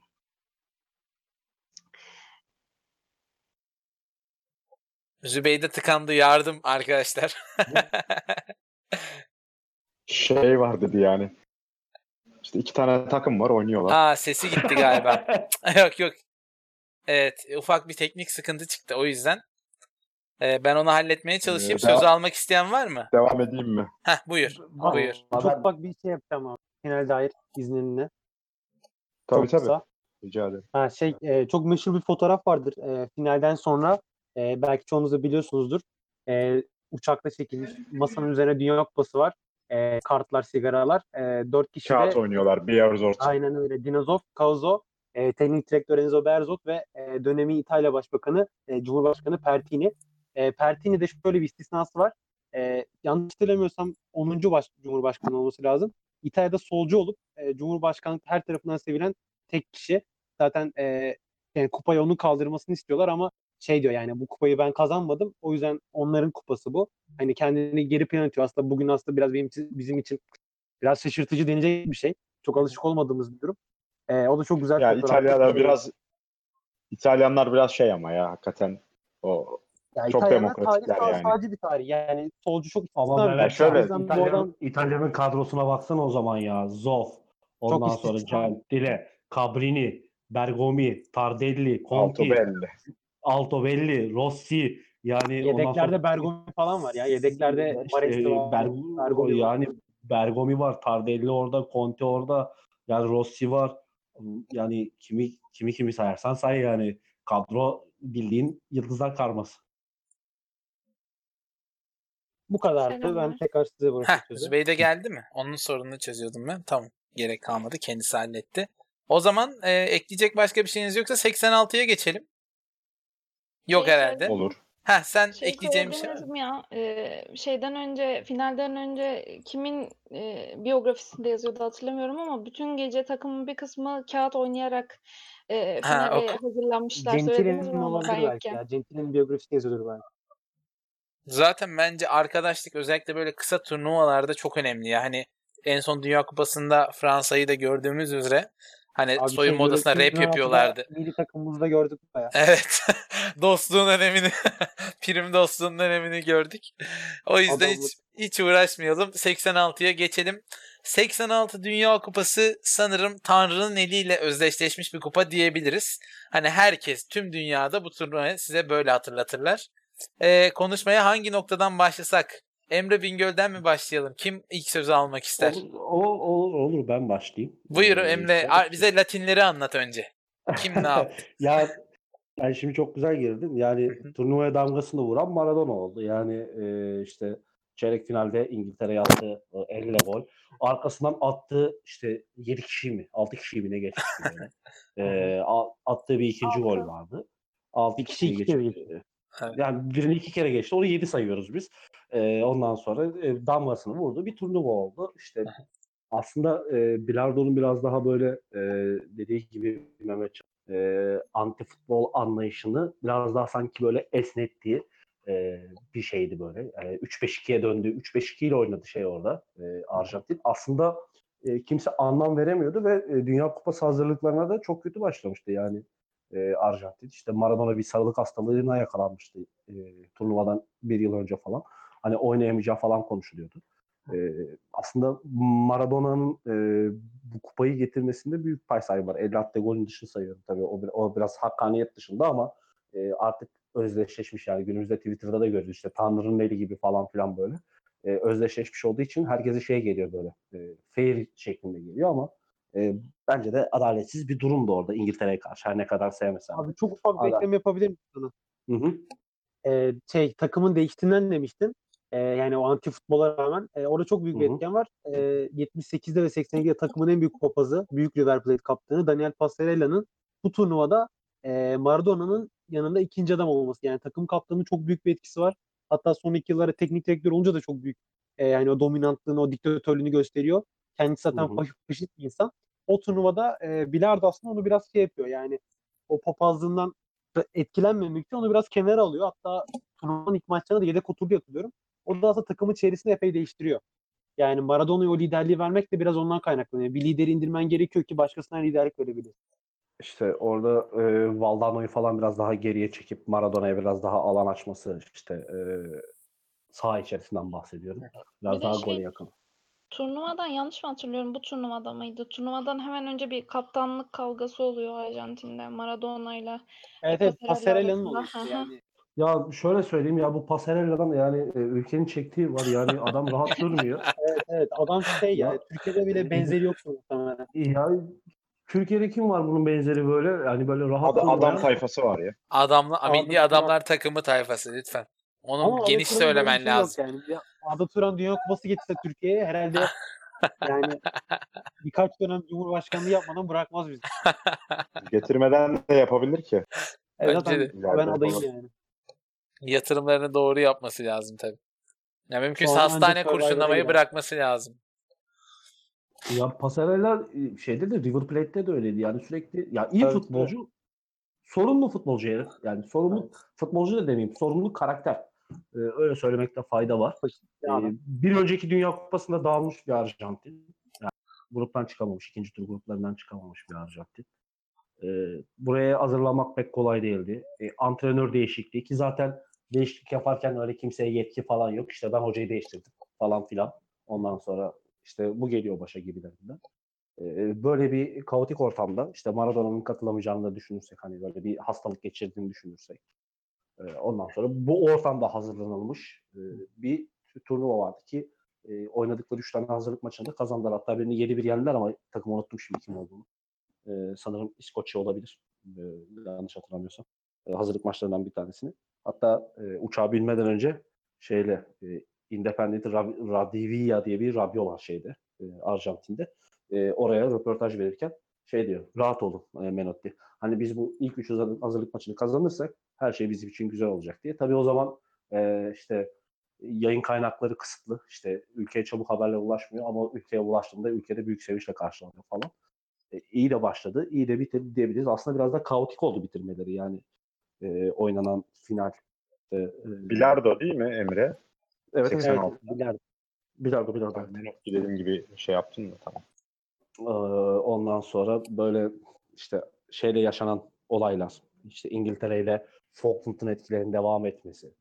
Zübeyde tıkandı, yardım arkadaşlar. Şey var dedi yani. İşte iki tane takım var oynuyorlar. Aa, sesi gitti galiba. Yok yok. Evet, ufak bir teknik sıkıntı çıktı o yüzden. Ee, ben onu halletmeye çalışayım. Ee, Sözü devam- almak isteyen var mı? Devam edeyim mi? Heh, buyur. Bak, Buyur. Çok Ben- ufak bir şey yapacağım ama final dair izninle. Tabii Çok tabii. kısa. Rica ederim. Ha, şey e, çok meşhur bir fotoğraf vardır e, finalden sonra. E, belki çoğunuz da biliyorsunuzdur. E, uçakta çekilmiş. Masanın üzerine Dünya Kupası var. E, kartlar, sigaralar. E, dört kişi Kağıt de oynuyorlar. Beyersort. aynen öyle. Dinozov, Kauzo, e, teknik direktör Enzo Berzot ve e, dönemi İtalya Başbakanı, e, Cumhurbaşkanı Pertini. E, Pertini'de şöyle bir istisnası var. E, yanlış hatırlamıyorsam onuncu Baş, Cumhurbaşkanı olması lazım. İtalya'da solcu olup e, Cumhurbaşkanı her tarafından sevilen tek kişi. Zaten e, yani kupayı onun kaldırmasını istiyorlar ama şey diyor, yani bu kupayı ben kazanmadım. O yüzden onların kupası bu. Hani kendini geri plan atıyor. Aslında bugün aslında biraz benim için, bizim için biraz şaşırtıcı denecek bir şey. Çok alışık olmadığımız bir durum. Ee, o da çok güzel Ya fotoğraf. İtalya'da biraz İtalyanlar biraz şey ama ya hakikaten o Ya çok İtalyanlar tarih demokratikler sağ, yani. sağcı bir tarih. Yani solcu çok Ama istisna bir Mehmet şöyle- tarih. O yüzden bu İtalyan, adam İtalya'nın kadrosuna baksana o zaman ya. Zoff, ondan sonra istisna. Gentile, Cabrini, Bergomi, Tardelli, Conti, Altobelli. Altobelli, Rossi, yani ondan Yedeklerde sonra Bergomi falan var ya. Yedeklerde Baresi işte var. Ber- Bergomi var. yani Bergomi var, Tardelli orada, Conte orada, yani Rossi var. Yani kimi kimi kimi sayarsan say, yani kadro bildiğin yıldızlar karması. Bu kadardı. Ben Selamlar. tekrar size bırakıyorum Heh, sözü. Zübeyde geldi mi? Onun sorununu çözüyordum ben. Tamam. Gerek kalmadı. Kendisi halletti. O zaman e, ekleyecek başka bir şeyiniz yoksa seksen altıya geçelim. Yok Şey herhalde. söyledim mi? Olur. Heh, sen Şey ekleyeceğin bir şey var söylediniz mı? mi ya? Ee, şeyden önce, finalden önce kimin e, biyografisinde yazıyordu hatırlamıyorum ama bütün gece takımın bir kısmı kağıt oynayarak e, Ha, finale ok. hazırlanmışlar. Söylediniz mi Gentile'nin onu ben olabilir belki yokken? ya. Gentile'nin biyografisi yazıyordur belki. Zaten bence arkadaşlık özellikle böyle kısa turnuvalarda çok önemli ya. Hani en son Dünya Kupası'nda Fransa'yı da gördüğümüz üzere hani Abi soyunma şey, odasında Euro rap yapıyorlardı. milli takımımızda gördük bayağı. Evet. Dostluğun önemini, prim dostluğun önemini gördük. O yüzden Adamlık. hiç hiç uğraşmayalım. seksen altıya geçelim. seksen altı Dünya Kupası sanırım Tanrı'nın eliyle özdeşleşmiş bir kupa diyebiliriz. Hani herkes, tüm dünyada bu turnuvayı size böyle hatırlatırlar. Ee, konuşmaya hangi noktadan başlasak? Emre Bingöl'den mi başlayalım? Kim ilk sözü almak ister? Olur, olur, olur, olur, ben başlayayım. Buyur Ee, Emre. şöyle a- ki- Bize Latinleri anlat önce. Kim ne yaptı? ya ben şimdi çok güzel girdim. Yani Hı hı. turnuvaya damgasını vuran Maradona oldu. Yani e, işte çeyrek finalde İngiltere'ye attığı e, elle gol. Arkasından attığı işte yedi kişi mi, altı kişi mi ne geçmişti böyle. E, a- attığı bir ikinci Altı. gol vardı. altı Bir kişi kişiyi iki kez geçip geçti. Evet. Yani birini iki kere geçti. Onu yedi sayıyoruz biz. Ee, ondan sonra e, damgasını vurdu. Bir turnuva oldu. İşte aslında e, bilardonun biraz daha böyle e, dediği gibi Mehmet e, anti futbol anlayışını biraz daha sanki böyle esnettiği e, bir şeydi böyle. Yani üç beş ikiye döndü. üç beş iki ile oynadı şey orada e, Arjantin. Aslında e, kimse anlam veremiyordu ve e, Dünya Kupası hazırlıklarına da çok kötü başlamıştı yani e, Arjantin. İşte Maradona bir sağlık hastalığına yakalanmıştı e, turnuvadan bir yıl önce falan. Hani oynayamayacağı falan konuşuluyordu. E, aslında Maradona'nın e, bu kupayı getirmesinde büyük pay sahibi var. elli attığı golün dışını sayıyorum tabii. O, o biraz hakkaniyet dışında ama e, artık özdeşleşmiş yani günümüzde Twitter'da da görüyoruz işte Tanrı'nın eli gibi falan filan böyle. E, özdeşleşmiş olduğu için herkese şey geliyor böyle e, fair şeklinde geliyor ama e, bence de adaletsiz bir durumdu orada İngiltere'ye karşı her ne kadar sevmesem de. Abi çok ufak bir Adalet. ekleme yapabilir miyim sana? Hı hı. Ee, şey takımın değiştiğinden demiştin. Ee, yani o anti futbola rağmen e, orada çok büyük Hı bir hı. etken var. Ee, yetmiş sekizde ve seksen ikide takımın en büyük papazı, büyük River Plate kaptanı Daniel Passarella'nın bu turnuvada e, Maradona'nın yanında ikinci adam olması. Yani takım kaptanının çok büyük bir etkisi var. Hatta son iki yıllara teknik direktör olunca da çok büyük e, yani o dominantlığını, o diktatörlüğünü gösteriyor. Kendisi Hı zaten hı. faş- faşist bir insan. O turnuvada e, bilardo aslında onu biraz şey yapıyor. Yani o papazlığından etkilenmemek için onu biraz kenara alıyor. Hatta turnuvanın ilk maçlarında da yedek oturdu hatırlıyorum. O da aslında takımın çevresini epey değiştiriyor. Yani Maradona'ya o liderliği vermek de biraz ondan kaynaklanıyor. Bir lideri indirmen gerekiyor ki başkasına liderlik verebilir. İşte orada e, Valdano'yu falan biraz daha geriye çekip Maradona'ya biraz daha alan açması işte e, saha içerisinden bahsediyorum. Bir Biraz de daha şey gole yakın. turnuvadan yanlış mı hatırlıyorum? Bu turnuvada mıydı? Turnuvadan hemen önce bir kaptanlık kavgası oluyor Arjantin'de Maradona'yla e, Evet evet Passarella Passarella'nın arasında. oluyor Hı işte hı. yani. Ya şöyle söyleyeyim ya bu Passarella'dan yani e, ülkenin çektiği var yani adam rahat durmuyor. Evet evet adam şey Ya yani Türkiye'de bile e, benzeri yoktur muhtemelen. ya Türkiye'de kim var bunun benzeri böyle yani böyle rahat Ad- adam durmayan tayfası var ya. Adamla, Arda milli Turan. adamlar takımı tayfası lütfen. Onu Ama Arda geniş Turan'ın böyle bir söylemen şey yok lazım. yani. Bir Arda Turan Dünya Kupası getirse Türkiye'ye herhalde yani birkaç dönem Cumhurbaşkanlığı yapmadan bırakmaz bizi. Getirmeden de yapabilir ki. Evet Bence zaten de ben İleride adayım yapalım. yani. yatırımlarını doğru yapması lazım tabii. Ya Şu mümkünse an anca hastane Survivor'a kurşunlamayı gider. bırakması lazım. ya Passarella e, şeyde de River Plate'de de öyleydi yani sürekli ya iyi Tabii tabii. futbolcu sorumlu futbolcu herif. Yani sorumlu futbolcu da demeyeyim. Sorumlu karakter. Ee, öyle söylemekte fayda var. Faşist Ee, bir adam. bir önceki Dünya Kupası'nda dağılmış bir Arjantin. Yani gruptan çıkamamış. İkinci tur gruplarından çıkamamış bir Arjantin. Ee, buraya hazırlamak pek kolay değildi. Ee, antrenör değişikliği ki zaten değişiklik yaparken öyle kimseye yetki falan yok. İşte ben hocayı değiştirdim falan filan. Ondan sonra işte bu geliyor başa gibilerinden. Ee, böyle bir kaotik ortamda işte Maradona'nın katılamayacağını da düşünürsek hani böyle bir hastalık geçirdiğini düşünürsek e, ondan sonra bu ortamda hazırlanılmış e, bir turnuva vardı ki e, oynadıkları üç tane hazırlık maçında kazandılar. Hatta birini yedi bir yendiler ama takımı unuttum şimdi kim olduğunu. E, sanırım İskoçya olabilir. E, yanlış hatırlamıyorsam. E, hazırlık maçlarından bir tanesini. Hatta e, uçağa binmeden önce şeyle e, Independiente Radivilla diye bir radyo var şeyde e, Arjantin'de. E, oraya röportaj verirken şey diyor. Rahat olun e, Menotti. Hani biz bu ilk üç hazırlık maçını kazanırsak her şey bizim için güzel olacak diye. Tabii o zaman e, işte yayın kaynakları kısıtlı. İşte ülkeye çabuk haberler ulaşmıyor ama ülkeye ulaştığında ülkede büyük sevinçle karşılanıyor falan. E, iyi de başladı, iyi de bitirdi diyebiliriz. Aslında biraz da kaotik oldu bitirmeleri yani e, oynanan final. E, e, Bilardo değil mi Emre? evet evet. Evet, seksen altı. bilardo. Bilardo bilardo. Ben Menotti dediğim gibi şey yaptın mı? Tamam. Ee, ondan sonra böyle işte şeyle yaşanan olaylar. İşte İngiltere ile Falkland'ın etkilerinin devam etmesi.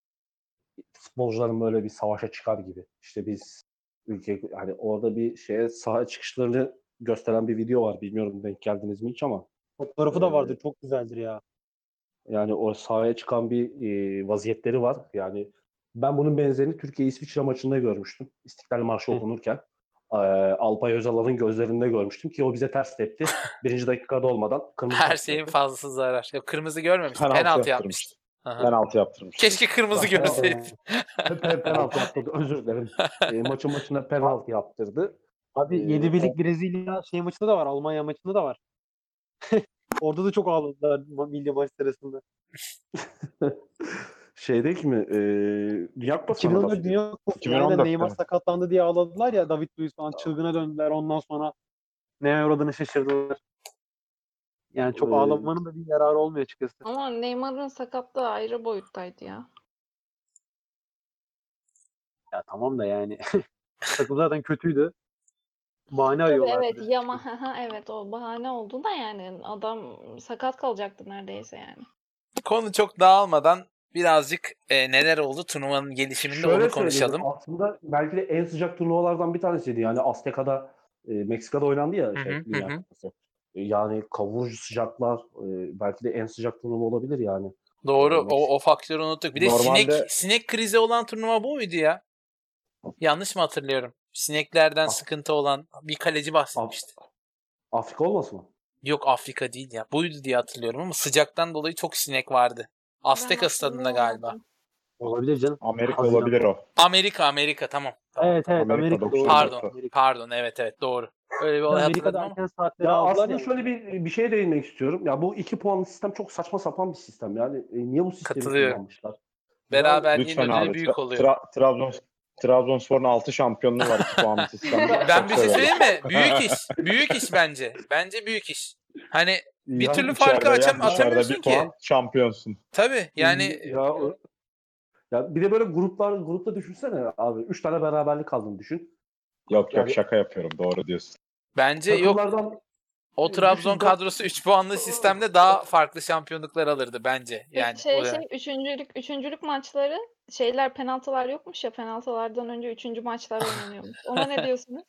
Futbolcuların böyle bir savaşa çıkar gibi. İşte biz ülke hani orada bir şeye saha çıkışlarını gösteren bir video var. Bilmiyorum denk geldiniz mi hiç ama Fotoğrafı da e, vardır. Çok güzeldir ya. yani o sahaya çıkan bir e, vaziyetleri var. Yani ben bunun benzerini Türkiye-İsviçre maçında görmüştüm. İstiklal Marşı Hı. okunurken. E, Alpay Özalan'ın gözlerinde görmüştüm ki o bize ters tepti. Birinci dakikada olmadan kırmızı Her kart şeyin gördü. fazlası zarar. Yok, kırmızı görmemişti. Penaltı Penaltı yaptırmış. yapmıştı. Aha. Penaltı yaptırmış. Keşke kırmızı Ya, penaltı, görseydi. Ee, pe- penaltı yaptırdı. Özür dilerim. E, maçın maçına penaltı yaptırdı. E, Abi yedi o, birlik Brezilya şey maçında da var. Almanya maçında da var. Orada da çok ağladılar ma- milli maç sırasında. Şeydeki mi? E, Dünya Kupası'na iki bin on mı dört bahsediyorsun? Dünya Kupası iki bin on finalinde dört Neymar evet. sakatlandı diye ağladılar ya, David Luiz falan çılgına döndüler. Ondan sonra neye uğradığını şaşırdılar. Yani çok Ee, ağlamanın da bir yararı olmuyor açıkçası. Ama Neymar'ın sakatlığı ayrı boyuttaydı ya. Ya tamam da yani takım zaten kötüydü. Bahane Tabii arıyorlardı. evet yama evet o bahane oldu da yani adam sakat kalacaktı neredeyse yani. Konu çok dağılmadan birazcık e, neler oldu turnuvanın gelişiminde Şöyle onu söyleyeyim. konuşalım. Aslında belki de en sıcak turnuvalardan bir tanesiydi. Yani Azteka'da, e, Meksika'da oynandı ya Hı şey hı, hı Dünya hı. Kupası. E, Yani kavurucu sıcaklar, e, belki de en sıcak turnuva olabilir yani. Doğru. E, O, Meksika. o faktörü unuttuk. Bir de Normalde- sinek sinek krizi olan turnuva bu muydu ya? Yanlış mı hatırlıyorum? Sineklerden Ah. sıkıntı olan bir kaleci bahsetmişti. Afrika olmasın mı? Yok Afrika değil ya. Buydu diye hatırlıyorum ama sıcaktan dolayı çok sinek vardı. Azteca stadında galiba. hatırlayamadım. Olabilir canım. Amerika Haziran. olabilir o. Amerika Amerika tamam. tamam. Evet evet Amerika Amerika, doksan doğru. Pardon. Amerika. Pardon evet evet doğru. Öyle bir olay hatırladım Amerika'da ama. erken saatlere Ya aldılar aslında ya. şöyle bir bir şey değinmek istiyorum. Ya bu iki puanlı sistem çok saçma sapan bir sistem. Yani e, niye bu sistemi Katılıyorum. kullanmışlar? Beraberliğin Lütfen ödülü abi. büyük Tra- oluyor. Tra- Trabzon Trabzonspor'un altı şampiyonluğu var iki puanlı sistemde. Ben Çok bir şey severim. söyleyeyim mi? Büyük iş. Büyük iş bence. Bence büyük iş. Hani bir Ya- türlü farkı İçeride açam yen, dışarıda atamıyorsun bir ki. puan şampiyonsun. Tabii yani ya, ya bir de böyle gruplar grupta düşünsene abi. Üç tane beraberlik aldığını düşün. Yok yok Yani- şaka yapıyorum. Doğru diyorsun. bence yok. Takımlardan O Trabzon düşün, kadrosu üç puanlı sistemde daha farklı şampiyonluklar alırdı bence. Yani Peki şey o da- şey üçüncülük üçüncülük maçları şeyler penaltılar yokmuş ya penaltılardan önce üçüncü maçlar oynanıyormuş. Ona ne diyorsunuz?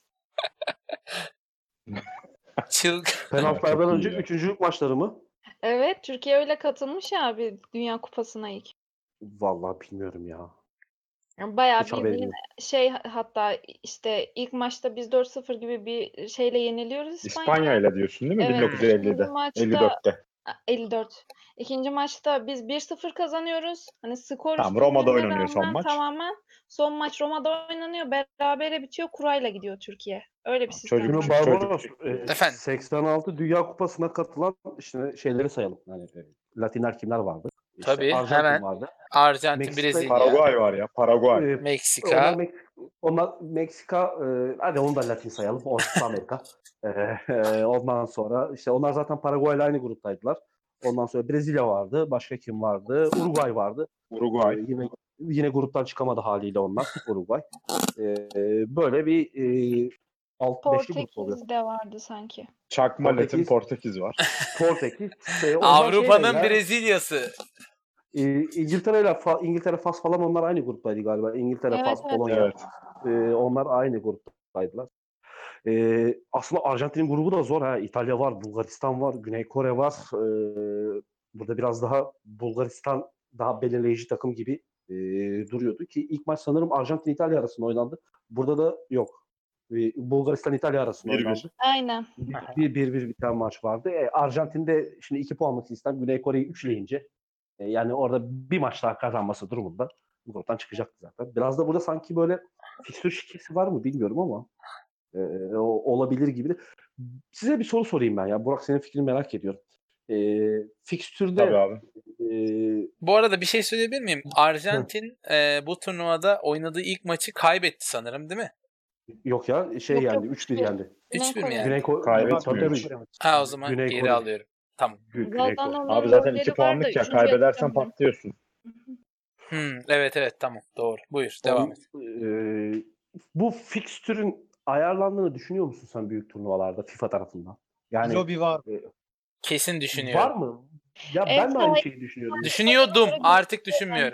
çılg penaltılardan Çok iyi önce ya. üçüncülük maçları mı? Evet Türkiye öyle katılmış ya abi Dünya Kupası'na ilk. Vallahi bilmiyorum ya. Yani bayağı Hiç haberim bildiğin yok. şey hatta işte ilk maçta biz dört sıfır gibi bir şeyle yeniliyoruz İspanya'ya. İspanya ile diyorsun değil mi? Evet, bin dokuz yüz ellide. ikinci maçta elli dörtte. elli dört. İkinci maçta biz bir sıfır kazanıyoruz. Hani skor Tamam, Roma'da üstünlüğüne oynanıyor son rağmen maç. tamamen son maç Roma'da oynanıyor. Berabere bitiyor. Kurayla gidiyor Türkiye. Öyle bir sistem Çocuk- var. Şimdi Çocuk- Barbaros e, Efendim? seksen altı Dünya Kupası'na katılan işte şeyleri sayalım. Yani e, Latinler kimler vardı? İşte Tabii, Arjantin hemen. vardı. Arjantin, Meksika- Brezilya, Paraguay var ya. Paraguay. E, Onlar, Meksika. Mek- onlar Meksika, e, hadi onu da Latin sayalım. Orta Amerika. E, e, ondan sonra işte onlar zaten Paraguay'la aynı gruptaydılar. Ondan sonra Brezilya vardı. Başka kim vardı? Uruguay vardı. E, Uruguay. yine yine gruptan çıkamadı haliyle onlar. Uruguay. E, böyle bir e, alt beşli grup oluyor. Portekiz de vardı sanki. Çakma Portekiz. Latin Portekiz var. Portekiz. E, onlar Avrupa'nın şeyle ya, Brezilya'sı. e, İngiltere ile Fa- İngiltere, Fas falan onlar aynı gruptaydı galiba. İngiltere, Evet, Fas, evet. Polonya. Evet. E, onlar aynı gruptaydılar. Ee, aslında Arjantin'in grubu da zor ha. İtalya var, Bulgaristan var, Güney Kore var. Ee, burada biraz daha Bulgaristan daha belirleyici takım gibi e, duruyordu ki ilk maç sanırım Arjantin-İtalya arasında oynandı. Burada da yok. Ee, Bulgaristan-İtalya arasında Bir bir. oynandı. Aynen. Bir bir bir biten maç vardı. E, Arjantin'de şimdi iki puanlık sistem Güney Kore'yi üçleyince e, yani orada bir maç daha kazanması durumunda bu gruptan çıkacaktı zaten. Biraz da burada sanki böyle fikstür şikesi var mı bilmiyorum ama e, o- olabilir gibi. de. Size bir soru sorayım ben ya. Burak senin fikrini merak ediyorum. E, fikstürde Tabii abi. e, Bu arada bir şey söyleyebilir miyim? Arjantin e, bu turnuvada oynadığı ilk maçı kaybetti sanırım değil mi? yok ya şey Yok, yendi. yok, üç bir üç bir. yendi. Güney üç bir mi Kore. yani? Güney Kore Kaybetmiyor tabii, hiç. tabii. Ha o zaman Güney geri Kore. alıyorum. Tamam. Gü- Güney Zaten Kore. onların Abi zaten golleri iki var da puanlık ya. üçüncü Kaybedersen açıklamıyor. patlıyorsun. Hmm, evet evet tamam doğru. Buyur devam On, et. e, bu fikstürün ayarlandığını düşünüyor musun sen büyük turnuvalarda FIFA tarafından? Yani Lobi var. e, Kesin var düşünüyorum. mı? Ya Ev ben de aynı sahibi- şeyi düşünüyorum. Düşünüyordum göre artık düşünmüyorum.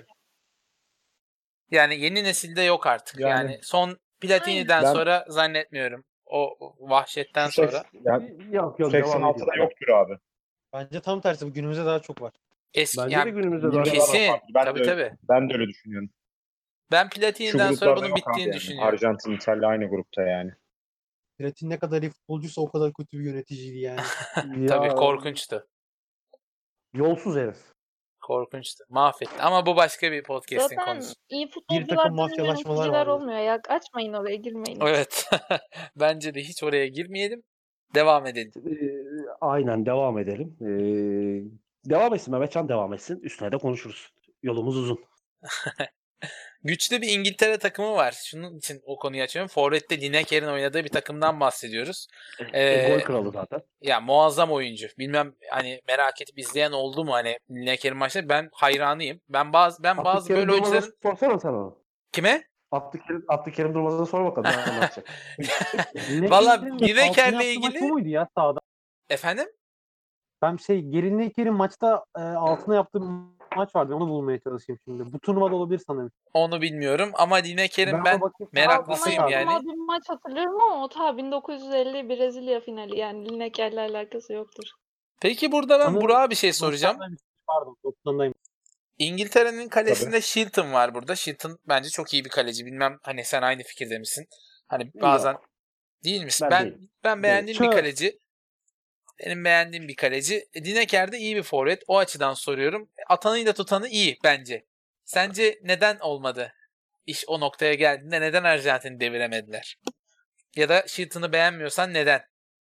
Yani yeni nesilde yok artık. Yani, Yani- son Platini'den Ben- sonra zannetmiyorum. O o vahşetten Şu sonra. seks- yani Yok yok devam seksen altıda ediyor. yoktur abi. Bence tam tersi, bu günümüzde daha çok var. Eski Bence yani de günümüzde daha kesin. Ben Tabii de, tabii. ben de öyle düşünüyorum. Ben Şu Platini'den sonra gruplarda bunun yok bittiğini abi yani. düşünüyorum. Arjantin, İtalya aynı grupta yani. Platin ne kadar iyi futbolcuysa o kadar kötü bir yöneticiydi yani. Ya, Tabii korkunçtu. yolsuz herif. Korkunçtu. Mahvetti. Ama bu başka bir podcast'in Zaten konusu. iyi takım futbolculardan iyi mafyalaşmalar yöneticiler vardı. olmuyor ya. Açmayın oraya girmeyin. Evet. Bence de hiç oraya girmeyelim. Devam edelim. Ee, aynen devam edelim. Ee, Devam etsin Mehmetcan, devam etsin. Üstüne de konuşuruz. Yolumuz uzun. Güçlü bir İngiltere takımı var. Şunun için o konuyu açıyorum. Forvet'te Lineker'in oynadığı bir takımdan bahsediyoruz. E, Ee, gol kralı zaten. Ya muazzam oyuncu. Bilmem hani merak edip izleyen oldu mu hani Lineker'in maçları? Ben hayranıyım. Ben bazı ben bazı Abdülkerim böyle Durmaz'a oyuncuların sorsana sen onu. kime? Abdülkerim, Abdülkerim Durmaz'a sor bakalım ne anlatacak. Valla Lineker'in de altına Lineker'le yaptığı maç bu ilgili muydu ya sahada? efendim Ben bir şey Gary Lineker'in maçta e, altına yaptığı maç vardı. Onu bulmaya çalışayım şimdi. Bu turnuvada olabilir sanırım. onu bilmiyorum ama Ben Lineker'in ona ben bakayım. Altına meraklısıyım Abi. yani. yapılmadığı bir maç hatırlıyorum ama o ta bin dokuz yüz elli Brezilya finali, yani Lineker'le alakası yoktur. Peki burada ben Sanırım Burak'a bir şey soracağım. doksan'daymış, Pardon doksan'daymış. İngiltere'nin kalesinde Tabii. Shilton var burada. Shilton bence çok iyi bir kaleci. Bilmem hani sen aynı fikirde misin? Hani bazen Yok, değil misin? ben Ben değilim. ben Değilim. beğendiğim bir Çö- kaleci. Benim beğendiğim bir kaleci. E, Lineker de iyi bir forvet. O açıdan soruyorum. Atanıyla tutanı iyi bence. Sence neden olmadı? İş o noktaya geldiğinde neden Arjantin'i deviremediler? Ya da Shilton'ı beğenmiyorsan neden?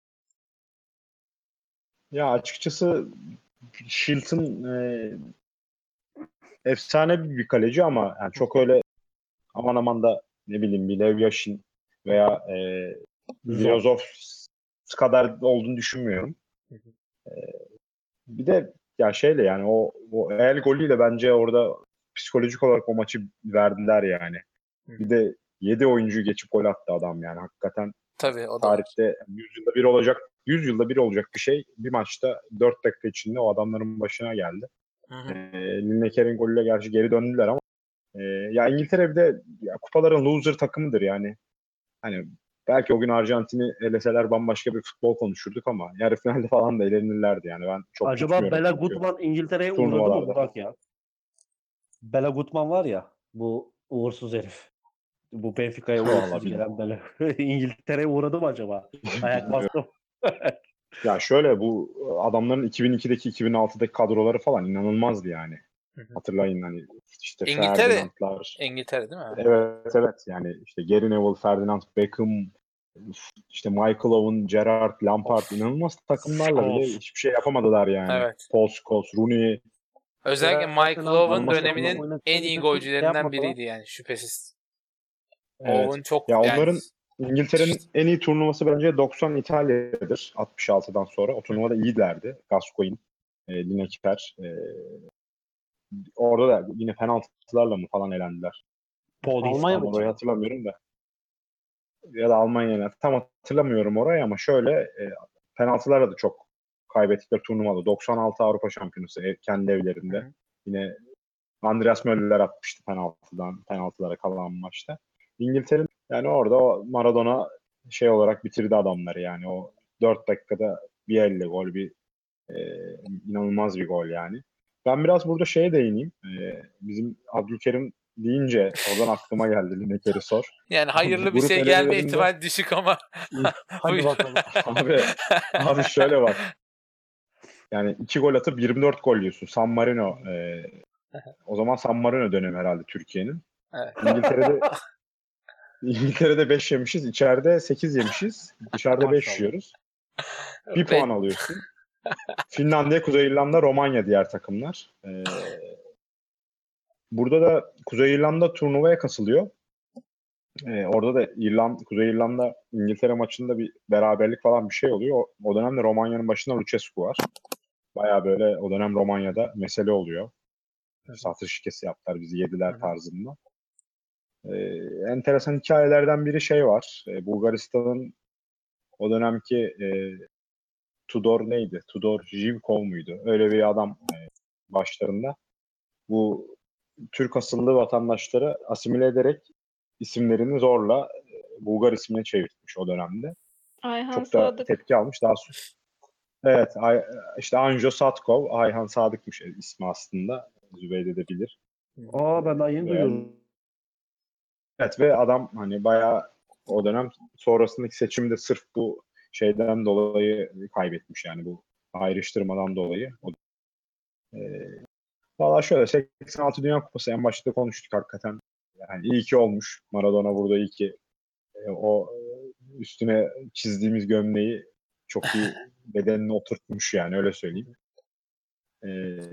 Ya açıkçası Shilton e, efsane bir kaleci ama yani çok öyle aman aman da ne bileyim bir Lev Yashin veya e, Zor. Vlasov kadar olduğunu düşünmüyorum. Bir de ya şeyle yani o, o el golüyle bence orada psikolojik olarak o maçı verdiler yani. Bir de yedi oyuncuyu geçip gol attı adam yani. Hakikaten Tabii o da var. tarihte yüz yılda bir olacak yüz yılda bir olacak bir şey. Bir maçta dört dakika içinde o adamların başına geldi. Hı hı. E, Lineker'in golüyle gerçi geri döndüler ama e, ya İngiltere bir de ya, kupaların loser takımıdır yani. Hani belki o gün Arjantin'i eleseler bambaşka bir futbol konuşurduk ama yarı finalde falan da elenirlerdi yani. Ben çok Acaba tutmuyorum Bela çünkü Gutman İngiltere'ye uğradı mı turnuvalarda. Burak ya? Bela Gutman var ya, bu uğursuz herif. Bu Benfica'ya uğursuz Vallahi gelen Bela. İngiltere'ye uğradı mı acaba? Ayak bastı mı? Ya şöyle bu adamların iki bin ikideki iki bin altıdaki kadroları falan inanılmazdı yani. Hı hı. Hatırlayın hani işte İngiltere Ferdinand'lar. İngiltere değil mi? Evet evet yani işte Gary Neville, Ferdinand, Beckham, işte Michael Owen, Gerrard, Lampard inanılmaz takımlarla bile Scholes. hiçbir şey yapamadılar yani. Evet. Paul Scholes, Rooney Özellikle Michael Ferdinand Owen inanılmaz döneminin takımlar. en iyi şey golcülerinden yapmasalar. biriydi yani şüphesiz. Evet. Owen çok Ya yani onların İngiltere'nin en iyi turnuvası bence doksan İtalya'dır. altmış altıdan sonra. O turnuvada iyilerdi. Gascoigne, e, Lineker. E, orada da yine penaltılarla mı falan elendiler. Paul Almanya Tam mı? orayı hatırlamıyorum da. Ya da Almanya'ya. Tam hatırlamıyorum orayı ama şöyle e, penaltılarla da çok kaybettikleri turnuvada. doksan altı Avrupa Şampiyonası ev, kendi evlerinde. Hı hı. Yine Andreas Möller atmıştı penaltıdan, penaltılara kalan maçta. İngiltere'nin yani orada o Maradona şey olarak bitirdi adamları yani o dört dakikada bir elle gol bir e, inanılmaz bir gol yani. Ben biraz burada şeye değineyim. E, bizim Abdülkerim deyince oradan aklıma geldi Lineker'i sor. yani hayırlı bir Grup şey gelme elemelerinde ihtimali düşük ama Hadi buyur. bakalım. abi abi şöyle bak. Yani iki gol atıp yirmi dört gol yiyorsun. San Marino e, o zaman San Marino dönemi herhalde Türkiye'nin. Evet. İngiltere'de İngiltere'de beş yemişiz, içeride sekiz yemişiz. Dışarıda beş Maşallah. yiyoruz. Bir Ve puan alıyorsun. Finlandiya, Kuzey İrlanda, Romanya diğer takımlar. Ee, burada da Kuzey İrlanda turnuvaya kasılıyor. Ee, orada da İrlanda, Kuzey İrlanda İngiltere maçında bir beraberlik falan bir şey oluyor. O, o dönemde Romanya'nın başında Lucescu var. Baya böyle o dönem Romanya'da mesele oluyor. Satış şirkesi yaptılar, bizi yediler tarzında. Ee, enteresan hikayelerden biri şey var. Ee, Bulgaristan'ın o dönemki e, Tudor neydi? Tudor Zhivkov muydu? Öyle bir adam e, başlarında. Bu Türk asıllı vatandaşları asimile ederek isimlerini zorla e, Bulgar ismine çevirmiş o dönemde. Ayhan Çok da Sadık. tepki almış. Daha sonra evet Ay, işte Anjo Satkov, Ayhan Sadık'mış ismi aslında. Zübeyde de bilir. Aa, ben daha yeni Ve, duyuyorum. evet ve adam hani bayağı o dönem sonrasındaki seçimde sırf bu şeyden dolayı kaybetmiş yani bu ayrıştırmadan dolayı. O, e, valla şöyle seksen altı Dünya Kupası en başta konuştuk hakikaten. Yani iyi ki olmuş. Maradona burada iyi ki e, o e, üstüne çizdiğimiz gömleği çok iyi bedenine oturtmuş yani öyle söyleyeyim. e,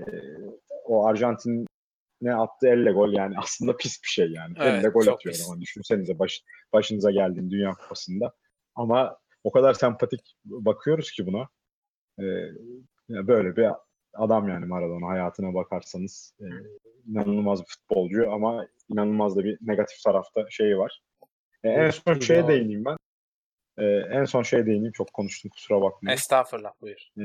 o Arjantin'e attığı elle gol yani aslında pis bir şey yani. Evet, Elle gol çok atıyor pis. ama düşünsenize baş, başınıza geldiğin Dünya Kupası'nda. Ama o kadar sempatik bakıyoruz ki buna. E, yani böyle bir adam yani Maradona, hayatına bakarsanız. E, inanılmaz bir futbolcu ama inanılmaz da bir negatif tarafta şeyi var. E, en son Evet, şeye doğru. değineyim ben. E, en son şeye değineyim. Çok konuştum, kusura bakmayın. Estağfurullah, buyur. E,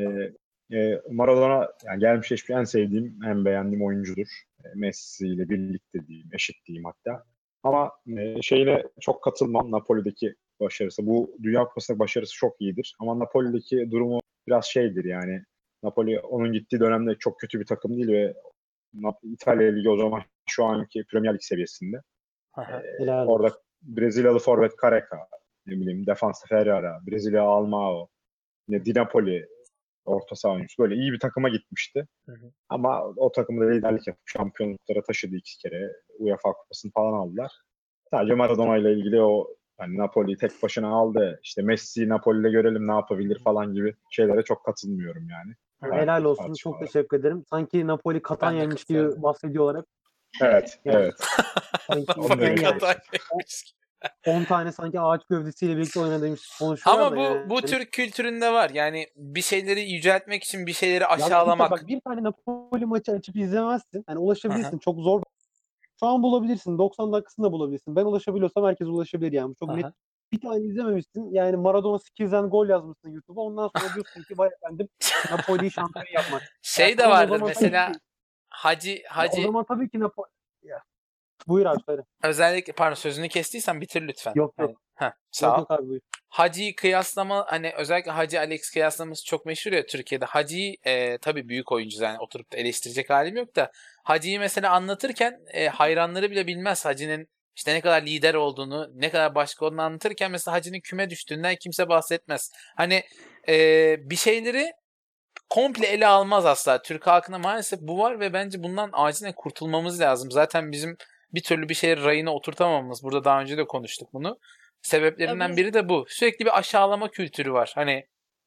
e, Maradona yani gelmiş geçmiş en sevdiğim, en beğendiğim oyuncudur. E, Messi ile birlikte diyeyim, eşit diyeyim hatta. Ama e, şeyine çok katılmam, Napoli'deki başarısı. Bu Dünya Kupası'ndaki başarısı çok iyidir. Ama Napoli'deki durumu biraz şeydir yani. Napoli onun gittiği dönemde çok kötü bir takım değil ve İtalya Ligi o zaman şu anki Premier Lig seviyesinde. Aha. Ee, Helal orada olsun. Brezilyalı forvet Careca, ne bileyim defansta Ferrara, Brezilya Almao, yine Di Napoli orta saha oyuncusu. Böyle iyi bir takıma gitmişti. Hı hı. Ama o takımda liderlik yapıp şampiyonluklara taşıdı iki kere. UEFA Kupası'nı falan aldılar. Sadece Maradona ile ilgili o hani Napoli'yi tek başına aldı. İşte Messi Napoli'de görelim ne yapabilir falan gibi şeylere çok katılmıyorum yani. Helal Aradaki olsun. Çok tartışmalara. teşekkür ederim. Sanki Napoli Ben de Katanya'ymış gibi katılıyorum. bahsediyorlar hep. Evet, Yani evet. sanki Onun Napoli öyle yani şey. Katanya'ymış. on tane sanki ağaç gövdesiyle birlikte oynadığımız konuşuyorlar Ama da bu yani. bu Türk kültüründe var. Yani bir şeyleri yüceltmek için bir şeyleri Ya bir tane, aşağılamak. bak bir tane Napoli maçı açıp izlemezsin. Yani Hı hı. ulaşabilirsin. Çok zor. Şu an bulabilirsin. doksan dakikasında bulabilirsin. Ben ulaşabiliyorsam herkes ulaşabilir yani. Bu çok net. Aha. Bir tane izlememişsin. Yani Maradona skills and gol yazmışsın YouTube'a. Ondan sonra diyorsun ki vay efendim Napoli'yi şampiyon yapmak. Ya Şey de tamam o vardır zaman tabii mesela ki Hacı ya o Hacı zaman tabii ki Napoli. Ya, buyur abi söyle. özellikle pardon sözünü kestiysen bitir lütfen. Yok Hani, yok. heh, sağ Yok ol. yok abi buyur. Hacı'yı kıyaslama hani özellikle Hacı Alex kıyaslaması çok meşhur ya Türkiye'de. Hacı'yı e, tabii büyük oyuncu yani oturup da eleştirecek halim yok da Hacı'yı mesela anlatırken e, hayranları bile bilmez Hacı'nın işte ne kadar lider olduğunu, ne kadar başka olduğunu anlatırken mesela Hacı'nın küme düştüğünden kimse bahsetmez. Hani e, bir şeyleri komple ele almaz asla. Türk halkına maalesef bu var ve bence bundan acilen kurtulmamız lazım. Zaten bizim bir türlü bir şeyi rayına oturtamamamız. Burada daha önce de konuştuk bunu. Ya Sebeplerinden biz biri de bu. Sürekli bir aşağılama kültürü var. Hani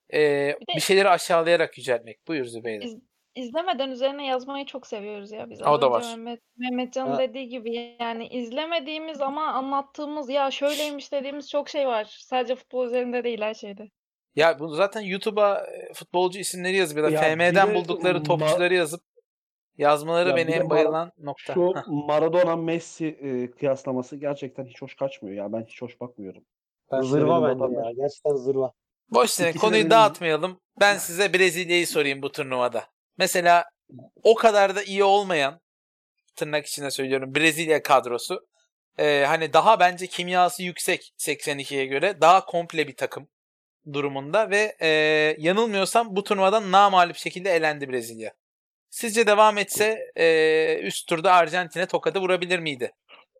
e, bir bir de şeyleri aşağılayarak yüceltmek. Buyur Zübeyde. iz, izlemeden üzerine yazmayı çok seviyoruz ya biz. Az O da önce var. Mehmet Mehmetcan'ın Ya, dediği gibi yani izlemediğimiz ama anlattığımız ya şöyleymiş dediğimiz çok şey var. Sadece futbol üzerinde değil her şeyde. Ya bunu zaten YouTube'a e, futbolcu isimleri yazıp ya da Ya bir F M'den de buldukları ma- topçuları yazıp yazmaları ya beni bir de en Mara- bayılan nokta. şu Heh. Maradona Messi e, kıyaslaması gerçekten hiç hoş kaçmıyor ya. Ben hiç hoş bakmıyorum. Ben zırva severim bence vatandaş. ya. Gerçekten zırva. Boş verin, İkisi de konuyu benim dağıtmayalım. Ben size Brezilya'yı sorayım bu turnuvada. Mesela o kadar da iyi olmayan tırnak içinde söylüyorum Brezilya kadrosu. Ee, hani daha bence kimyası yüksek seksen ikiye göre. Daha komple bir takım durumunda ve e, yanılmıyorsam bu turnuvadan namağlup şekilde elendi Brezilya. Sizce devam etse e, üst turda Arjantin'e tokadı vurabilir miydi?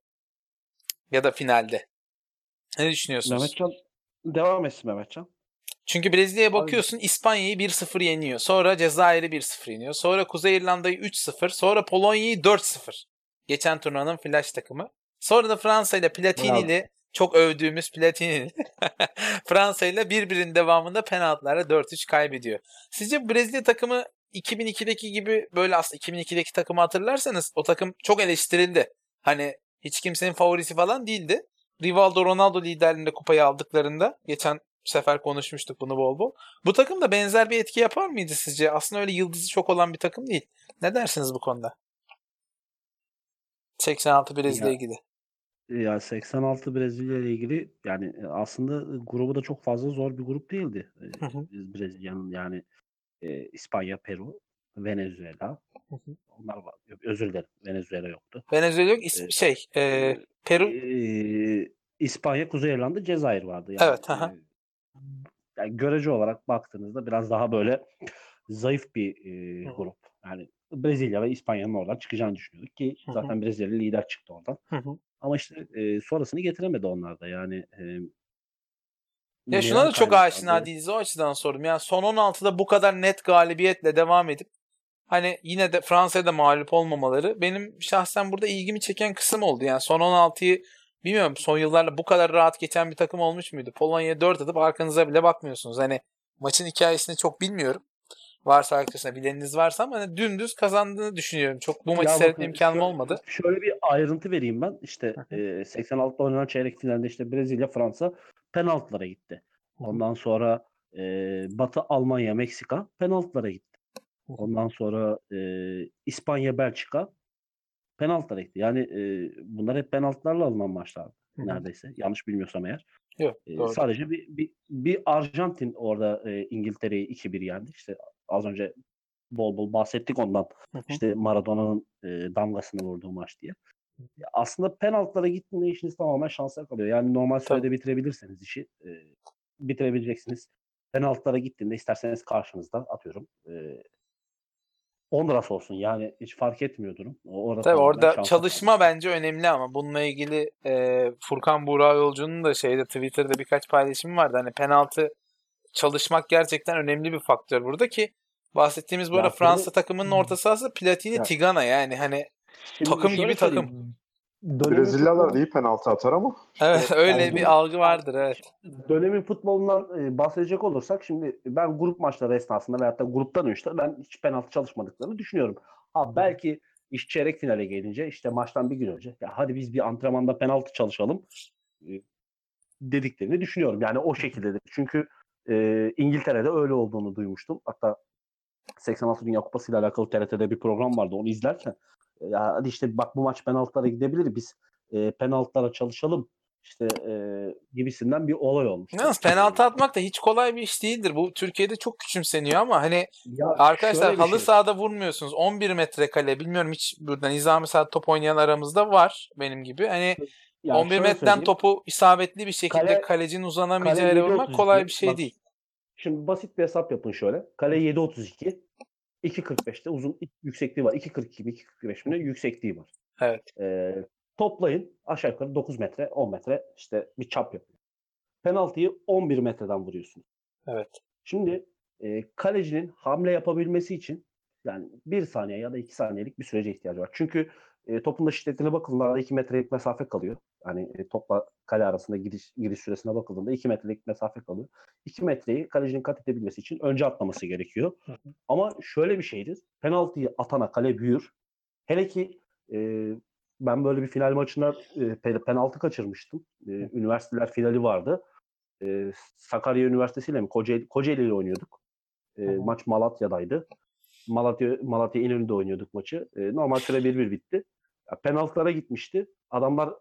Ya da finalde. Ne düşünüyorsunuz? Mehmetcan devam etsin Mehmetcan. Çünkü Brezilya'ya Abi bakıyorsun İspanya'yı bir sıfır yeniyor. Sonra Cezayir'i bir sıfır yeniyor. Sonra Kuzey İrlanda'yı üç sıfır. Sonra Polonya'yı dört sıfır. Geçen turnuvanın flash takımı. Sonra da Fransa ile Platini'li çok övdüğümüz Platini'li Fransa ile birbirinin devamında penaltılarla dört üç kaybediyor. Sizce Brezilya takımı iki bin ikideki gibi böyle aslında iki bin ikideki takımı hatırlarsanız o takım çok eleştirildi. Hani hiç kimsenin favorisi falan değildi. Rivaldo Ronaldo liderliğinde kupayı aldıklarında geçen sefer konuşmuştuk bunu bol bol. Bu takım da benzer bir etki yapar mıydı sizce? Aslında öyle yıldızı çok olan bir takım değil. Ne dersiniz bu konuda? seksen altı Brezilya Ya, ilgili. ya seksen altı Brezilya ile ilgili yani e, aslında grubu da çok fazla zor bir grup değildi. E, Hı hı. Brezilya'nın yani e, İspanya, Peru, Venezuela. Hı hı. Onlar var. Yok, özür dilerim. Venezuela yoktu. Venezuela yok. E, İs- şey e, e, Peru. e, İspanya, Kuzey İrlanda, Cezayir vardı. Yani Evet. Aha. e, yani görece olarak baktığınızda biraz daha böyle zayıf bir e, Hı hı. grup. Yani Brezilya ve İspanya'nın oradan çıkacağını düşünüyorduk ki Hı hı. zaten Brezilya lider çıktı oradan. Hı hı. Ama işte e, sonrasını getiremedi onlar da. Yani e, Ya şuna neden da çok aşina kaynaklandı? değiliz. O açıdan sordum. Yani son on altıda bu kadar net galibiyetle devam edip hani yine de Fransa'ya da mağlup olmamaları benim şahsen burada ilgimi çeken kısım oldu. Yani son on altıyı bilmiyorum son yıllarla bu kadar rahat geçen bir takım olmuş muydu? Polonya'ya dört atıp arkanıza bile bakmıyorsunuz. Hani maçın hikayesini çok bilmiyorum. Varsa arkadaşlar bileniniz varsa ama hani dümdüz kazandığını düşünüyorum. Çok bu maçı Ya seyretme bakın imkanım şöyle, olmadı. şöyle bir ayrıntı vereyim ben. İşte Hı hı. e, seksen altıda oynanan çeyrek finalde işte Brezilya, Fransa penaltılara gitti. Hı hı. Ondan sonra e, Batı, Almanya, Meksika penaltılara gitti. Hı hı. Ondan sonra e, İspanya, Belçika penaltılara gitti. Yani e, bunlar hep penaltılarla alınan maçlardı Hı hı. neredeyse. Yanlış bilmiyorsam eğer. Yok, E, doğru. sadece bir, bir, bir Arjantin orada e, İngiltere'yi iki bir yendi. İşte az önce bol bol bahsettik ondan. Hı hı. İşte Maradona'nın e, damgasını vurduğu maç diye. Ya aslında penaltılara gittiğinde işiniz tamamen şansa kalıyor. Yani normal Tabii. sürede bitirebilirseniz işi e, bitirebileceksiniz. Penaltılara gittiğinde isterseniz karşınızda atıyorum e, Honduras olsun. Yani hiç fark etmiyor durum. O- Orada Tabii tamamen orada şansa çalışma kalmış. bence önemli ama bununla ilgili e, Furkan Buğra Yolcu'nun da şeyde Twitter'da birkaç paylaşımı vardı. Hani penaltı çalışmak gerçekten önemli bir faktör burada ki bahsettiğimiz bu arada Ya Fransa tabii takımının orta sahası Platini Ya, Tigana yani hani şimdi takım şöyle gibi takım. söyleyeyim. Dönemin Brezilyalılar da futbolu iyi penaltı atar ama işte Evet öyle yani bir dön- algı vardır evet. dönemin futbolundan e, bahsedecek olursak şimdi ben grup maçları esnasında veyahut da gruptan önce ben hiç penaltı çalışmadıklarını düşünüyorum. Ha belki iş çeyrek finale gelince işte maçtan bir gün önce ya hadi biz bir antrenmanda penaltı çalışalım e, dediklerini düşünüyorum. Yani o şekildedir. Çünkü e, İngiltere'de öyle olduğunu duymuştum. Hatta seksen altı Dünya Kupası ile alakalı T R T'de bir program vardı. Onu izlerken e, ya hadi işte bak bu maç penaltılara gidebilir. Biz e, penaltılara çalışalım işte e, gibisinden bir olay olmuştu. Yalnız penaltı atmak da hiç kolay bir iş değildir. Bu Türkiye'de çok küçümseniyor ama hani Ya arkadaşlar şöyle bir halı şey. sahada vurmuyorsunuz. on bir metre kale bilmiyorum hiç burada nizami saha top oynayan aramızda var benim gibi. Hani Ya on bir şöyle metreden söyleyeyim. topu isabetli bir şekilde Kale kalecinin kale uzanamayacağı yere vurmak kolay bir yedi otuz iki. şey Bak değil. şimdi basit bir hesap yapın şöyle. Kale yedi otuz iki. iki kırk beşte uzun yüksekliği var. iki kırk iki mi iki kırk beş mi ne yüksekliği var. Evet. Ee, toplayın aşağı yukarı dokuz metre on metre işte bir çap yapıyor. Penaltıyı on bir metreden vuruyorsunuz. Evet. Şimdi e, kalecinin hamle yapabilmesi için yani bir saniye ya da iki saniyelik bir sürece ihtiyacı var. Çünkü e, topun da şiddetine bakıldığında iki metrelik mesafe kalıyor. Yani e, topla kale arasında giriş, giriş süresine bakıldığında iki metrelik mesafe kalıyor. iki metreyi kalecinin kat edebilmesi için önce atlaması gerekiyor. Hı hı. Ama şöyle bir şeydir. Penaltıyı atana kale büyür. Hele ki e, ben böyle bir final maçına e, penaltı kaçırmıştım. E, üniversiteler finali vardı. E, Sakarya Üniversitesi ile mi? Kocaeli, Kocaeli ile oynuyorduk. E, Hı hı. maç Malatya'daydı. Malatya, Malatya İnönü'nde oynuyorduk maçı. E, normal süre bir bir bitti. Ya, penaltılara gitmişti. Adamlar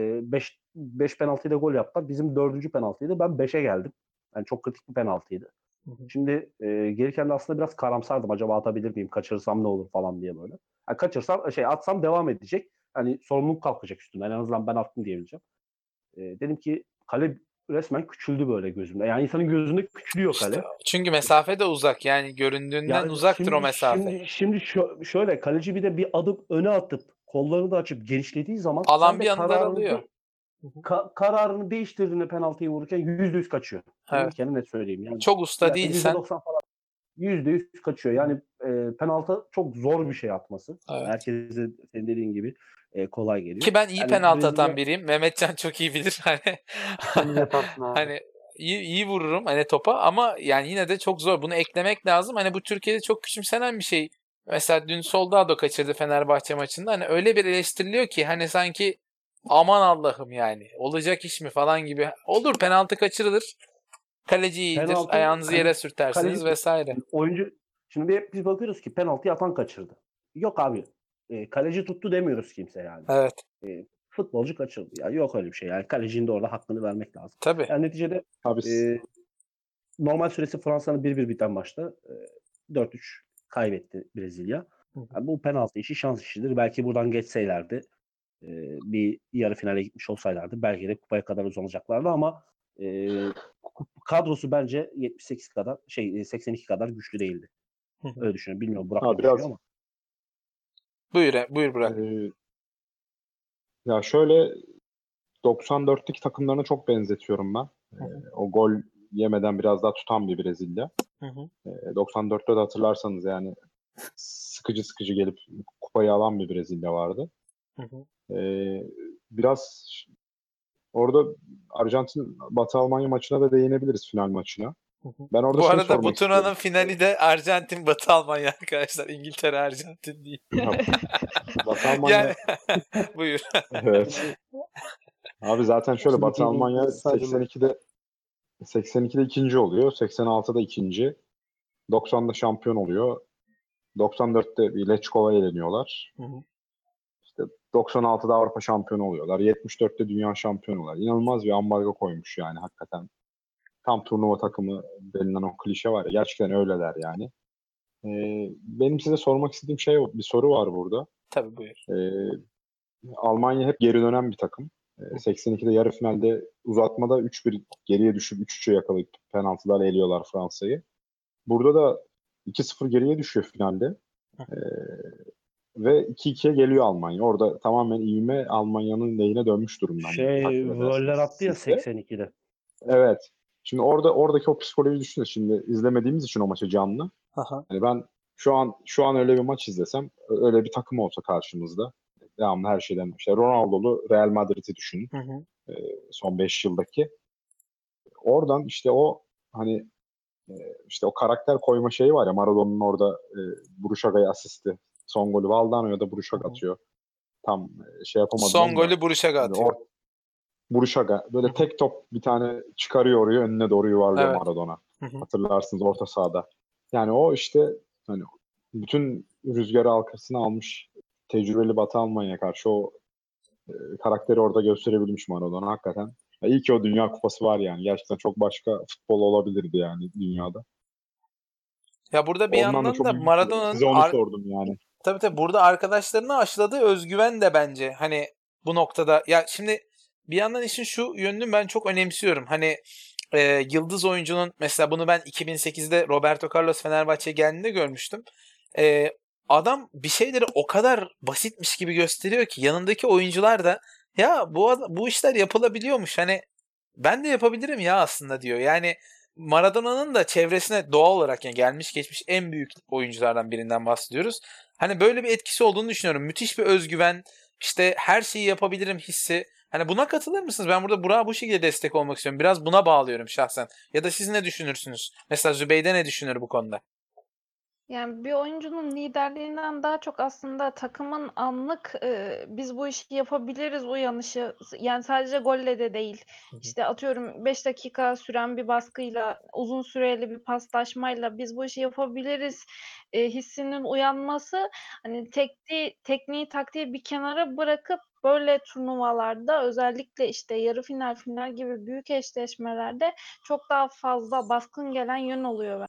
beş penaltıyla gol yaptılar. Bizim dördüncü penaltıydı. Ben beşe geldim. Yani çok kritik bir penaltıydı. Hı hı. Şimdi e, gelirken de aslında biraz karamsardım. Acaba atabilir miyim? Kaçırırsam ne olur falan diye böyle. Yani kaçırsam şey atsam devam edecek. Hani sorumluluk kalkacak üstümden. En azından ben attım diyebileceğim. E, dedim ki kale resmen küçüldü böyle gözümde. Yani insanın gözünde küçülüyor İşte kale. çünkü mesafe de uzak yani göründüğünden Yani uzaktır o şimdi mesafe. şimdi şimdi şö- şöyle kaleci bir de bir adım öne atıp kollarını da açıp genişlediği zaman sen Alan bir de anda kararını daralıyor. de, ka- kararını değiştirdiğinde penaltıyı vururken yüzde yüz kaçıyor. Onu Evet. bir kere net söyleyeyim. Yani Çok usta giderse yüzde değilsen doksan falan yüzde yüz kaçıyor. Yani e, penaltı çok zor bir şey atması. evet. Herkese senin dediğin gibi e, kolay geliyor. Ki ben iyi Yani penaltı atan Brezilya biriyim. Mehmetcan çok iyi bilir. Hani Sen de yaparsın abi. hani iyi, iyi vururum hani topa ama yani yine de çok zor. Bunu eklemek lazım. Hani bu Türkiye'de çok küçümsenen bir şey. Mesela dün Soldado kaçırdı Fenerbahçe maçında. Hani öyle bir eleştiriliyor ki hani sanki aman Allah'ım yani olacak iş mi falan gibi. Olur penaltı kaçırılır. Kaleci iyidir. penaltı Ayağınızı kale, yere sürtersiniz kaleci vesaire. oyuncu şimdi hep biz bakıyoruz ki penaltı atan kaçırdı. Yok abi. E, kaleci tuttu demiyoruz kimse yani. Evet. E, futbolcu kaçırdı. Ya yok öyle bir şey. Yani kalecinin de orada hakkını vermek lazım. Tabii. Yani neticede abi e, normal süresi Fransa'nın bir bir biten maçta e, dört üç kaybetti Brezilya. Yani bu penaltı işi şans işidir. Belki buradan geçseylerdi e, bir yarı finale gitmiş olsaylardı belki de kupaya kadar uzanacaklardı ama e, kadrosu bence yetmiş sekiz kadar şey seksen iki kadar güçlü değildi. Öyle düşünüyorum. Bilmiyorum Burak abi ne düşünüyor biraz ama. Buyur, buyur Burak. e, ya şöyle doksan dörtteki takımlarına çok benzetiyorum ben. E, o gol yemeden biraz daha tutan bir Brezilya. Hı hı. E, doksan dörtte de hatırlarsanız yani sıkıcı sıkıcı gelip kupayı alan bir Brezilya vardı. Hı hı. E, biraz orada Arjantin Batı Almanya maçına da değinebiliriz, final maçına. Ben orada Bu şey arada bu sormak turnuvanın istiyorum. finali de Arjantin Batı Almanya arkadaşlar. İngiltere Arjantin değil. Batı Almanya Yani buyur. evet. Abi zaten şöyle Batı İkideki Almanya İngiliz stadyumu. seksen ikide seksen ikide ikinci oluyor. seksen altıda ikinci. doksanda şampiyon oluyor. doksan dörtte bir Lechkova'ya eleniyorlar. Hı hı. İşte doksan altıda Avrupa şampiyonu oluyorlar. yetmiş dörtte dünya şampiyonu oluyorlar. İnanılmaz bir ambargo koymuş yani hakikaten. Tam turnuva takımı denilen o klişe var ya. Gerçekten öyleler yani. Ee, benim size sormak istediğim şey bir soru var burada. Tabii buyur. Ee, Almanya hep geri dönen bir takım. Ee, seksen ikide yarı finalde uzatmada üç bir geriye düşüp üç üçe yakalayıp penaltılarla eliyorlar Fransa'yı. Burada da iki sıfır geriye düşüyor finalde. Ee, ve iki ikiye geliyor Almanya. Orada tamamen ivme Almanya'nın lehine dönmüş durumda. Hani Şey takdir Völler edersiniz attı ya siz de. seksen ikide. Evet. Şimdi orada oradaki o psikoloji düşünün. Şimdi izlemediğimiz için o maçı canlı. Aha. Hani ben şu an şu an öyle bir maç izlesem, öyle bir takım olsa karşımızda, devamlı her şeyden işte Ronaldo'lu Real Madrid'i düşünün. Hı hı. E, son beş yıldaki. Oradan işte o hani e, işte o karakter koyma şeyi var ya, Maradona'nın orada e, Buruşaga'ya asisti. Son golü Valdano'ya da Buruşaga atıyor. Tam e, şey yapamadım Son ama golü Buruşaga hani atıyor. or Buruşaga böyle tek top bir tane çıkarıyor oraya, önüne doğru yuvarlıyor Evet. Maradona. Hı hı. Hatırlarsınız orta sahada. Yani o işte hani bütün rüzgarı arkasına almış tecrübeli Batı Almanya karşı o e, karakteri orada gösterebilmiş Maradona hakikaten. Ya iyi ki o Dünya Kupası var yani. Gerçekten çok başka futbol olabilirdi yani dünyada. Ya burada bir Ondan da yandan çok da üzüldüm. Maradona'nın Size onu ar- sordum yani. tabii tabii burada arkadaşlarına aşıladığı özgüven de bence hani bu noktada, ya şimdi bir yandan işin şu yönünü ben çok önemsiyorum. Hani e, yıldız oyuncunun, mesela bunu ben iki bin sekizde Roberto Carlos Fenerbahçe'ye geldiğinde görmüştüm. E, adam bir şeyleri o kadar basitmiş gibi gösteriyor ki yanındaki oyuncular da ya bu ad- bu işler yapılabiliyormuş. Hani ben de yapabilirim ya aslında diyor. Yani Maradona'nın da çevresine doğal olarak, yani gelmiş geçmiş en büyük oyunculardan birinden bahsediyoruz. Hani böyle bir etkisi olduğunu düşünüyorum. Müthiş bir özgüven, işte her şeyi yapabilirim hissi. Hani buna katılır mısınız? Ben burada Burak'a bu şekilde destek olmak istiyorum. Biraz buna bağlıyorum şahsen. Ya da siz ne düşünürsünüz? Mesela Zübeyde ne düşünür bu konuda? Yani bir oyuncunun liderliğinden daha çok aslında takımın anlık e, biz bu işi yapabiliriz uyanışı, yani sadece golle de değil. İşte atıyorum beş dakika süren bir baskıyla, uzun süreli bir paslaşmayla biz bu işi yapabiliriz e, hissinin uyanması, hani tekniği, tekniği taktiği bir kenara bırakıp böyle turnuvalarda, özellikle işte yarı final, final gibi büyük eşleşmelerde çok daha fazla baskın gelen yön oluyor.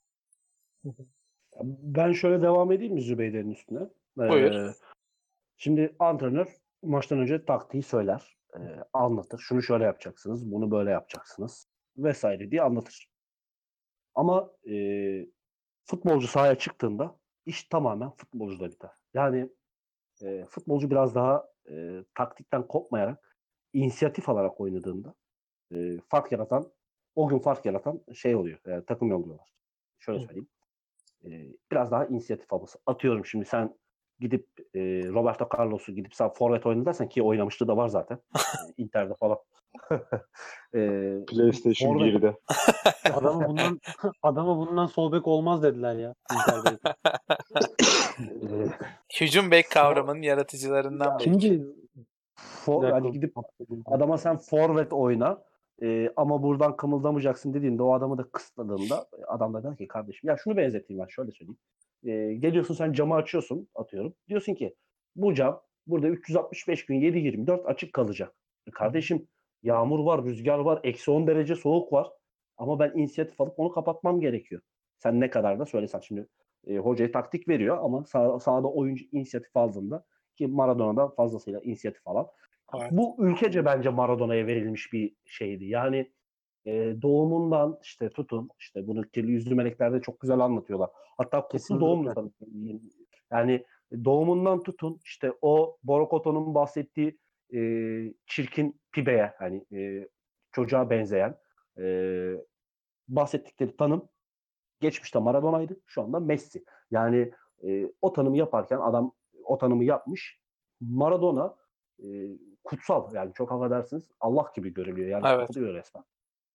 Ben şöyle devam edeyim mi Zübeyde'nin üstüne? Buyur. Ee, şimdi antrenör maçtan önce taktiği söyler, e, anlatır. Şunu şöyle yapacaksınız, bunu böyle yapacaksınız vesaire diye anlatır. Ama e, futbolcu sahaya çıktığında iş tamamen futbolcuda biter. Yani e, futbolcu biraz daha e, taktikten kopmayarak, inisiyatif alarak oynadığında e, fark yaratan, o gün fark yaratan şey oluyor, e, takım yolluyorlar. Şöyle söyleyeyim. E, biraz daha inisiyatif alması. Atıyorum şimdi sen gidip e, Roberto Carlos'u gidip sen forvet oyna dersen, ki oynamışlığı da var zaten. E, Inter'de falan. e, PlayStation forvet. birde. Adamı bundan adama bundan sol bek olmaz dediler ya Inter'deyken. E, Hücum bek for, kavramının yaratıcılarından belki. Kimdi? Bir for, dakika. hani gidip adama sen forvet oyna e, ama buradan kımıldamayacaksın dediğinde, o adamı da kısıtladığında adam da der ki kardeşim, ya şunu benzeteyim, ben şöyle söyleyeyim. E, geliyorsun sen camı açıyorsun, atıyorum. Diyorsun ki bu cam burada üç yüz altmış beş gün yedi yirmi dört açık kalacak. E, kardeşim yağmur var, rüzgar var, eksi on derece soğuk var. Ama ben inisiyatif alıp onu kapatmam gerekiyor. Sen ne kadar da söylesen şimdi e, hocaya taktik veriyor ama sah- sahada oyuncu inisiyatif aldığında, ki Maradona'da fazlasıyla inisiyatif alan. Evet. Bu ülkece bence Maradona'ya verilmiş bir şeydi. Yani e, doğumundan işte tutun, işte bunu Kirli Yüzlü Melekler'de çok güzel anlatıyorlar. Hatta Kutlu Kesinlikle. Doğumlu sanırım. Yani doğumundan tutun işte o Borokoto'nun bahsettiği e, çirkin pibeye, hani e, çocuğa benzeyen e, bahsettikleri tanım geçmişte Maradona'ydı, şu anda Messi. Yani e, o tanımı yaparken adam o tanımı yapmış. Maradona e, kutsal, yani çok affedersiniz, Allah gibi görülüyor. Yani Evet. tapılıyor resmen.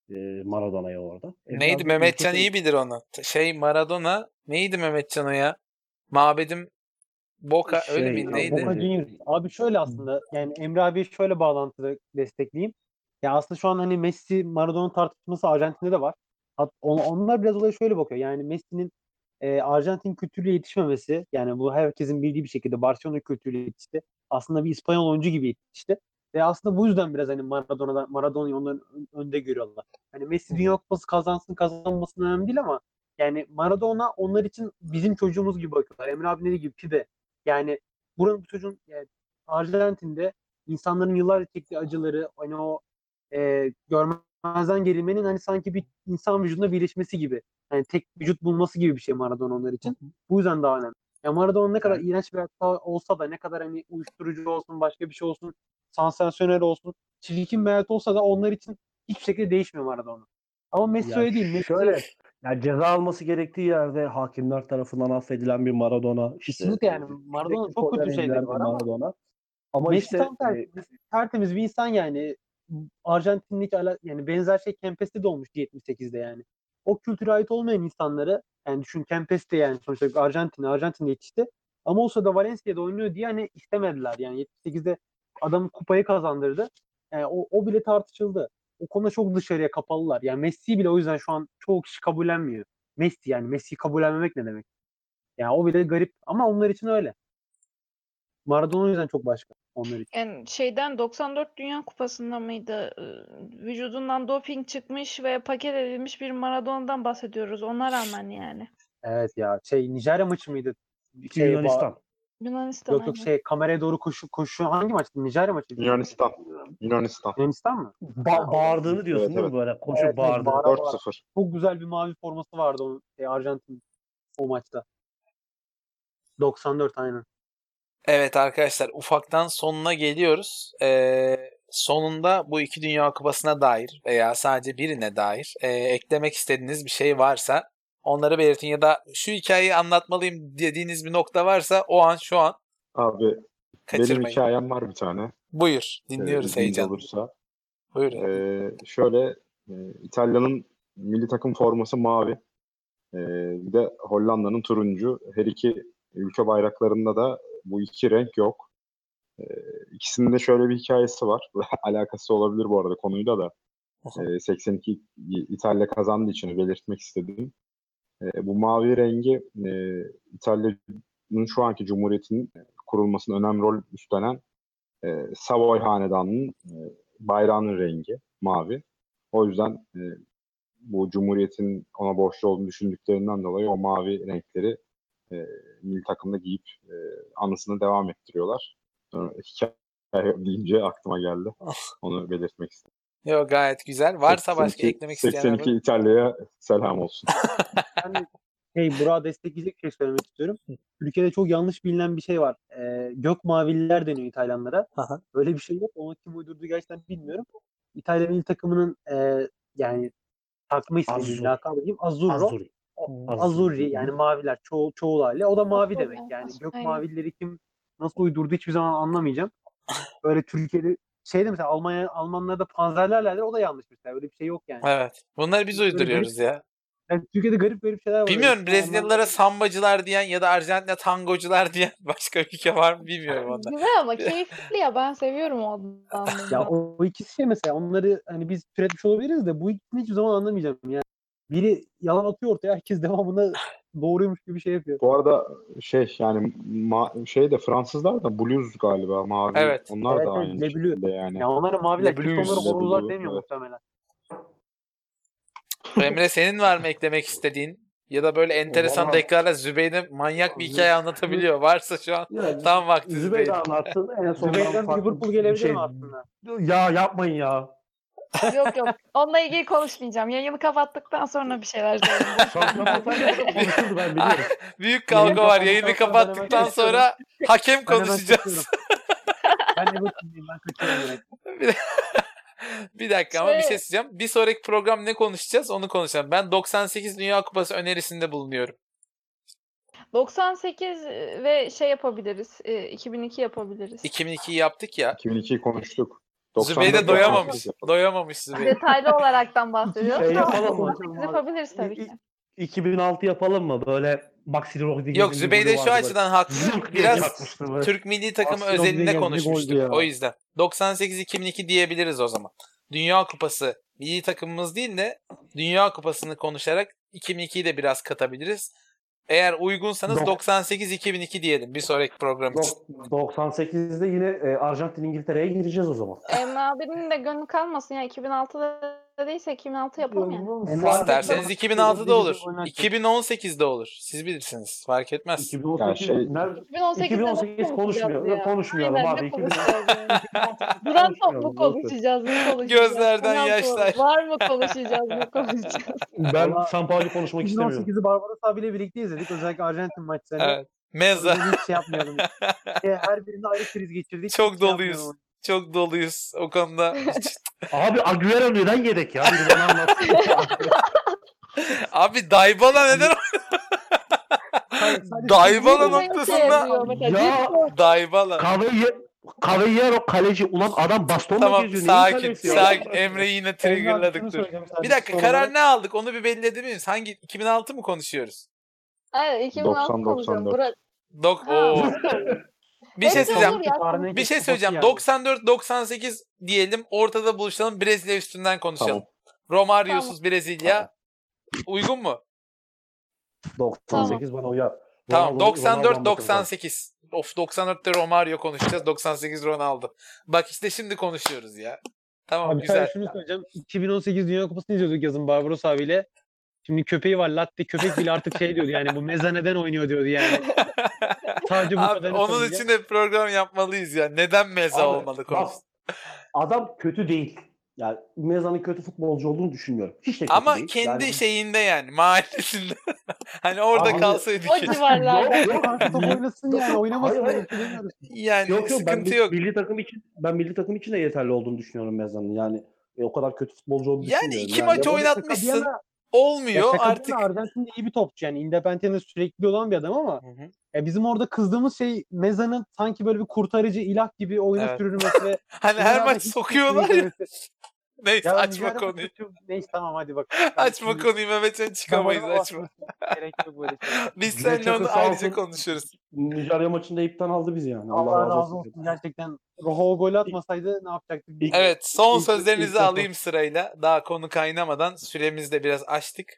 e, Maradona'ya orada. E, Neydi? biraz da Mehmetcan ülke- iyi bilir onu. T- Şey Maradona. Neydi Mehmetcan o ya? Mabedim Boca öyle Şey, miydi? e, Neydi? Boca e, Juniors. Abi şöyle aslında yani Emre abiyi şöyle bağlantılı destekleyeyim. Ya aslında şu an hani Messi Maradona tartışması Arjantin'de de var. Hat, on- onlar biraz olaya şöyle bakıyor. Yani Messi'nin e, Arjantin kültürüyle yetişmemesi, yani bu herkesin bildiği bir şekilde Barcelona kültürüyle yetişti. Aslında bir İspanyol oyuncu gibi yetişti. Ve aslında bu yüzden biraz hani Maradona'dan Maradona'yı onların ön- önde görüyorlar. Hani Messi Dünya Kupası kazansın kazanmasın önemli değil ama yani Maradona onlar için bizim çocuğumuz gibi bakıyorlar. Emre abi dediği gibi Pide. Yani buranın bu çocuğun yani Arjantin'de insanların yıllarca çektiği acıları hani o e, görmezden gelinmenin hani sanki bir insan vücudunda birleşmesi gibi. Yani tek vücut bulması gibi bir şey Maradona onlar için. Bu yüzden daha önemli. Ya Maradona ne kadar iğrenç bir hata olsa da ne kadar hani uyuşturucu olsun başka bir şey olsun sansasyonel olsun çirkin bir hayat olsa da onlar için hiçbir şekilde değişmiyor Maradona. Ama Messi ya öyle değil. Messi şöyle, ya ceza alması gerektiği yerde hakimler tarafından affedilen bir Maradona, işte kesinlikle e, yani Maradona sürekli çok tolere kötü şeyleri edilen bir var ama Maradona. Ama Messi işte tam tersi. Messi tertemiz bir insan yani. Arjantin'le hiç ala- yani benzer şey Kempes'te de olmuştu yetmiş sekizde yani. O kültüre ait olmayan insanları yani düşün Kempes de yani sonuçta Arjantin, Arjantin'de yetişti. Ama olsa da Valencia'da oynuyor diye hani istemediler yani yetmiş sekizde adam kupayı kazandırdı. Yani o, o bile tartışıldı. O konuda çok dışarıya kapalılar. Yani Messi bile o yüzden şu an çoğu kişi kabullenmiyor. Messi yani Messi'yi kabullenmemek ne demek? Yani o bile garip ama onlar için öyle. Maradona o yüzden çok başka onlar için. Yani şeyden doksan dört Dünya Kupası'nda mıydı? Ee, Vücudundan doping çıkmış ve paket edilmiş bir Maradona'dan bahsediyoruz. Ona rağmen yani. Evet ya şey Nijerya maçı mıydı? iki Şey ba- Yunanistan. Yunanistan yok yok aynen. şey kameraya doğru koşu koşu hangi maçtı? Nijerya maçıydı sanki. Yunanistan. Yunanistan. Yunanistan mı? Ha, Ba- o zaman. bağırdığını diyorsun Evet değil evet. mi, böyle Evet koşup evet bağırdığı? bağıra bağıra. dört sıfır. Çok güzel bir mavi forması vardı onun şey, Arjantin o maçta. doksan dört aynen. Evet arkadaşlar ufaktan sonuna geliyoruz. Ee, sonunda bu iki Dünya Kupası'na dair veya sadece birine dair e, eklemek istediğiniz bir şey varsa onları belirtin ya da şu hikayeyi anlatmalıyım dediğiniz bir nokta varsa o an şu an Abi benim kaçırmayın. hikayem var bir tane. Buyur Ee, dinliyoruz izniniz heyecanla. olursa. Buyurun. Ee, şöyle e, İtalya'nın milli takım forması mavi. Ee, bir de Hollanda'nın turuncu. Her iki ülke bayraklarında da bu iki renk yok. Ee, ikisinin de şöyle bir hikayesi var. Alakası olabilir bu arada konuyla da. Ee, seksen iki İtalya kazandığı için belirtmek istedim. Ee, bu mavi rengi e, İtalya'nın şu anki cumhuriyetinin kurulmasına önemli rol üstlenen e, Savoy Hanedanı'nın e, bayrağının rengi mavi. O yüzden e, bu cumhuriyetin ona borçlu olduğunu düşündüklerinden dolayı o mavi renkleri e, milli takımda giyip e, anısını devam ettiriyorlar. Sonra hikaye deyince aklıma geldi. Onu belirtmek istedim. Yok gayet güzel. Varsa başka seksen iki, eklemek seksen isteyenler iki var. İtalya'ya selam olsun. Ben de şey Burak'ı destekleyecek bir şey söylemek istiyorum. Türkiye'de çok yanlış bilinen bir şey var. Ee, gök mavililer deniyor İtalyanlara. Aha. Öyle bir şey yok. Onu kim uydurdu gerçekten bilmiyorum. İtalya milli takımının e, yani takma ismi diyeyim, Azzurri. lakabı diyeyim. Azzurro. Azzurri. O- Hmm. Azzurri yani maviler çoğul, çoğul hali. O da mavi Aslında demek yani. Gök aynen. mavileri kim nasıl uydurdu hiçbir zaman anlamayacağım. Böyle Türkiye'de şeyde mesela Almanya Almanlarda panzerlerler o da yanlış mesela. Öyle bir şey yok yani. Evet. Bunları biz Böyle garip uyduruyoruz ya. yani Türkiye'de garip garip şeyler var. Öyle Bilmiyorum hiçbir zaman Brezilyalılara anlamadım. sambacılar diyen ya da Arjantin'e tangocular diyen başka ülke var mı bilmiyorum onda. Güzel ama keyifli ya. Ben seviyorum o adlandırmayı. Ya o, o ikisi şey mesela onları hani biz türetmiş olabiliriz de bu ikisini hiçbir zaman anlamayacağım yani. Biri yalan atıyor ortaya herkes devamında doğruymuş gibi şey yapıyor. Bu arada şey yani ma- şey de Fransızlar da blues galiba mavi. Evet. Onlar Evet da evet aynı Le Bleu. şekilde yani. Ya onlara maviler Le kimse onlara Blues. Le horozlar Bleu, demiyor evet. muhtemelen. Emre senin var mı eklemek istediğin? Ya da böyle enteresan Valla dakikalarla Zübeyde manyak bir hikaye anlatabiliyor. Varsa şu an ya, tam vakti Zübeyde Zübeyde. anlattı. En son ben Zübeyir'den farklı Liverpool bir gelebilir şey... mi aslında? Ya yapmayın ya. Yok yok. Onunla ilgili konuşmayacağım. Yayını kapattıktan sonra bir şeyler söyleyin. Boş ver. Kapataydı burada konuşurdu, ben biliyorum. Büyük Yayını kavga var. kapattıktan Yayını sonra ben hemen kapattıktan kaçıyorum. sonra hakem Ben hemen konuşacağız. kaçıyorum. Ben Everton'dayım ben kaçıyorum direkt. bir, bir dakika ama bir şey Şey, söyleyeceğim. Bir sonraki program ne konuşacağız onu konuşalım. Ben doksan sekiz Dünya Kupası önerisinde bulunuyorum. doksan sekiz ve şey yapabiliriz. e, iki bin iki yapabiliriz. iki bin ikiyi yaptık ya. iki bin ikiyi konuştuk. Zübeyde doksan dört doyamamış. doksan sekiz. Doyamamış Zübeyde. Detaylı olaraktan bahsediyoruz. Şey Tamam, yapalım mı? doksan sekiz yapabiliriz tabii ki. iki bin altı yapalım mı? Böyle Maxi Rodriguez'in Yok bir Zübeyde golü şu vardı böyle. açıdan haklı. Zınk diye Biraz çarpmıştı böyle. Türk milli takımı Maxi özelinde Rodriguez bir konuşmuştuk. goldü ya. O yüzden. doksan sekiz iki bin iki diyebiliriz o zaman. Dünya Kupası milli takımımız değil de Dünya Kupası'nı konuşarak iki bin ikiyi de biraz katabiliriz. Eğer uygunsanız Dok- doksan sekiz iki bin iki diyelim bir sonraki program için. Dok- doksan sekizde yine e, Arjantin İngiltere'ye gireceğiz o zaman. Emre abinin de gönlü kalmasın ya. iki bin altıda değilse iki bin altı yapalım yani. İsterseniz iki bin altıda olur. Oynatacak. iki bin on sekizde olur. Siz bilirsiniz. Fark etmez. iki bin on sekiz, Ya şey- nerede? iki bin on sekizde iki bin on nasıl sekiz konuşacağız konuşmuyor. ya? Konuşmayalım Aynen, abi. ne iki bin on sekiz konuşacağız yani? Duran top mu konuşmayalım, konuşacağız, ne konuşacağız? Gözlerden Penaltı yaşlar. Var mı konuşacağız, ne konuşacağız? Ben Vallahi Sampaoli konuşmak iki bin on istemiyorum. sekizi Barbaros abiyle birlikte izledik. Özellikle Arjantin maçlarını. Evet. Meza. Orada hiç şey yapmayalım. E, Her birinde ayrı kriz geçirdik. Çok Hiç şey doluyuz. yapmayalım. Çok doluyuz o konuda. Abi Agüero neden yedek ya? Biri bana anlatsın. Abi Dybala neden Hayır, sadece- Dybala Zirve noktasında yazıyor mesela. Ya Zirve- Dybala. Cavalier, Cavaliero kaleci. Ulan adam bastonla Tamam geziyor. Neyin sakin kalesi ya? sakin. Emre'yi yine Emre abi triggerladık şunu dur. söyleyeceğim sadece Bir dakika son karar olarak. ne aldık onu bir belli edebilir miyiz? Hangi iki bin altı mı konuşuyoruz? Hayır, iki bin altı doksan konuşuyorum. doksan dört. Bırak. Dok Ha, Oo. olur. Bir şey Bence söyleyeceğim. olur ya. Tarihine Bir şey geçti, söyleyeceğim. bakı yani. doksan dört doksan sekiz diyelim. Ortada buluşalım. Brezilya üstünden konuşalım. Tamam. Romario'suz Brezilya. Uygun mu? doksan sekiz bana uyar. Tamam. Ronaldo- doksan Ronaldo dört anlatır doksan sekiz. Of doksan dörtte Romario konuşacağız. doksan sekiz Ronaldo. Bak işte şimdi konuşuyoruz ya. Tamam Abi güzel. sadece şunu söyleyeceğim. iki bin on sekiz Dünya Kupası'nı izliyorduk yazın Barbaros abiyle. Şimdi köpeği var. Latte köpek bile artık şey diyordu yani bu meza neden oynuyor diyordu yani. Sadece bu Abi kadarını onun söyleyeceğim. için de program yapmalıyız ya. Neden meza Abi, olmalı bak, konusu? adam kötü değil. Yani Mezan'ın kötü futbolcu olduğunu düşünmüyorum. Hiç de kötü Ama değil. kendi Yani- şeyinde yani mahallesinde. Hani orada Abi, kalsaydı O keşke. civarlarda. Yok, yok. Kanka top oynasın yani oynamasın. Hayır, diye bir şey demiyoruz. Yani Yok yok ben sıkıntı mi- yok. milli takım için ben milli takım için de yeterli olduğunu düşünüyorum Mezan'ın. Yani e, o kadar kötü futbolcu olduğunu Yani düşünmüyorum. iki yani, maç Ya bu arada oynatmışsın. şaka bir yana- Olmuyor Ya şaka bir artık. yana Arjantin'de iyi bir topçu yani. Independiente'de sürekli olan bir adam ama Hı hı. ya bizim orada kızdığımız şey Meza'nın sanki böyle bir kurtarıcı ilah gibi oyuna Evet. sürülmesi ve Hani her kenarda maç hiç sokuyorlar ya. beklememesi. Neyse Ya açma Nijerya konuyu. maçı- Neyse tamam hadi bak. Açma konuyu Mehmetcan çıkamayız Damarına açma. basmasın. Gerek yok böyle şey. Biz Cüneyt seninle onu Çakır sağ ayrıca olsun. konuşuruz. Nijerya maçında ipten aldı bizi yani. Allah razı olsun gerçekten. Rojo gol atmasaydı ne yapacaktık? bilmiyorum. Evet son İlk- sözlerinizi ilk- alayım sırayla. Daha konu kaynamadan süremizi de biraz açtık.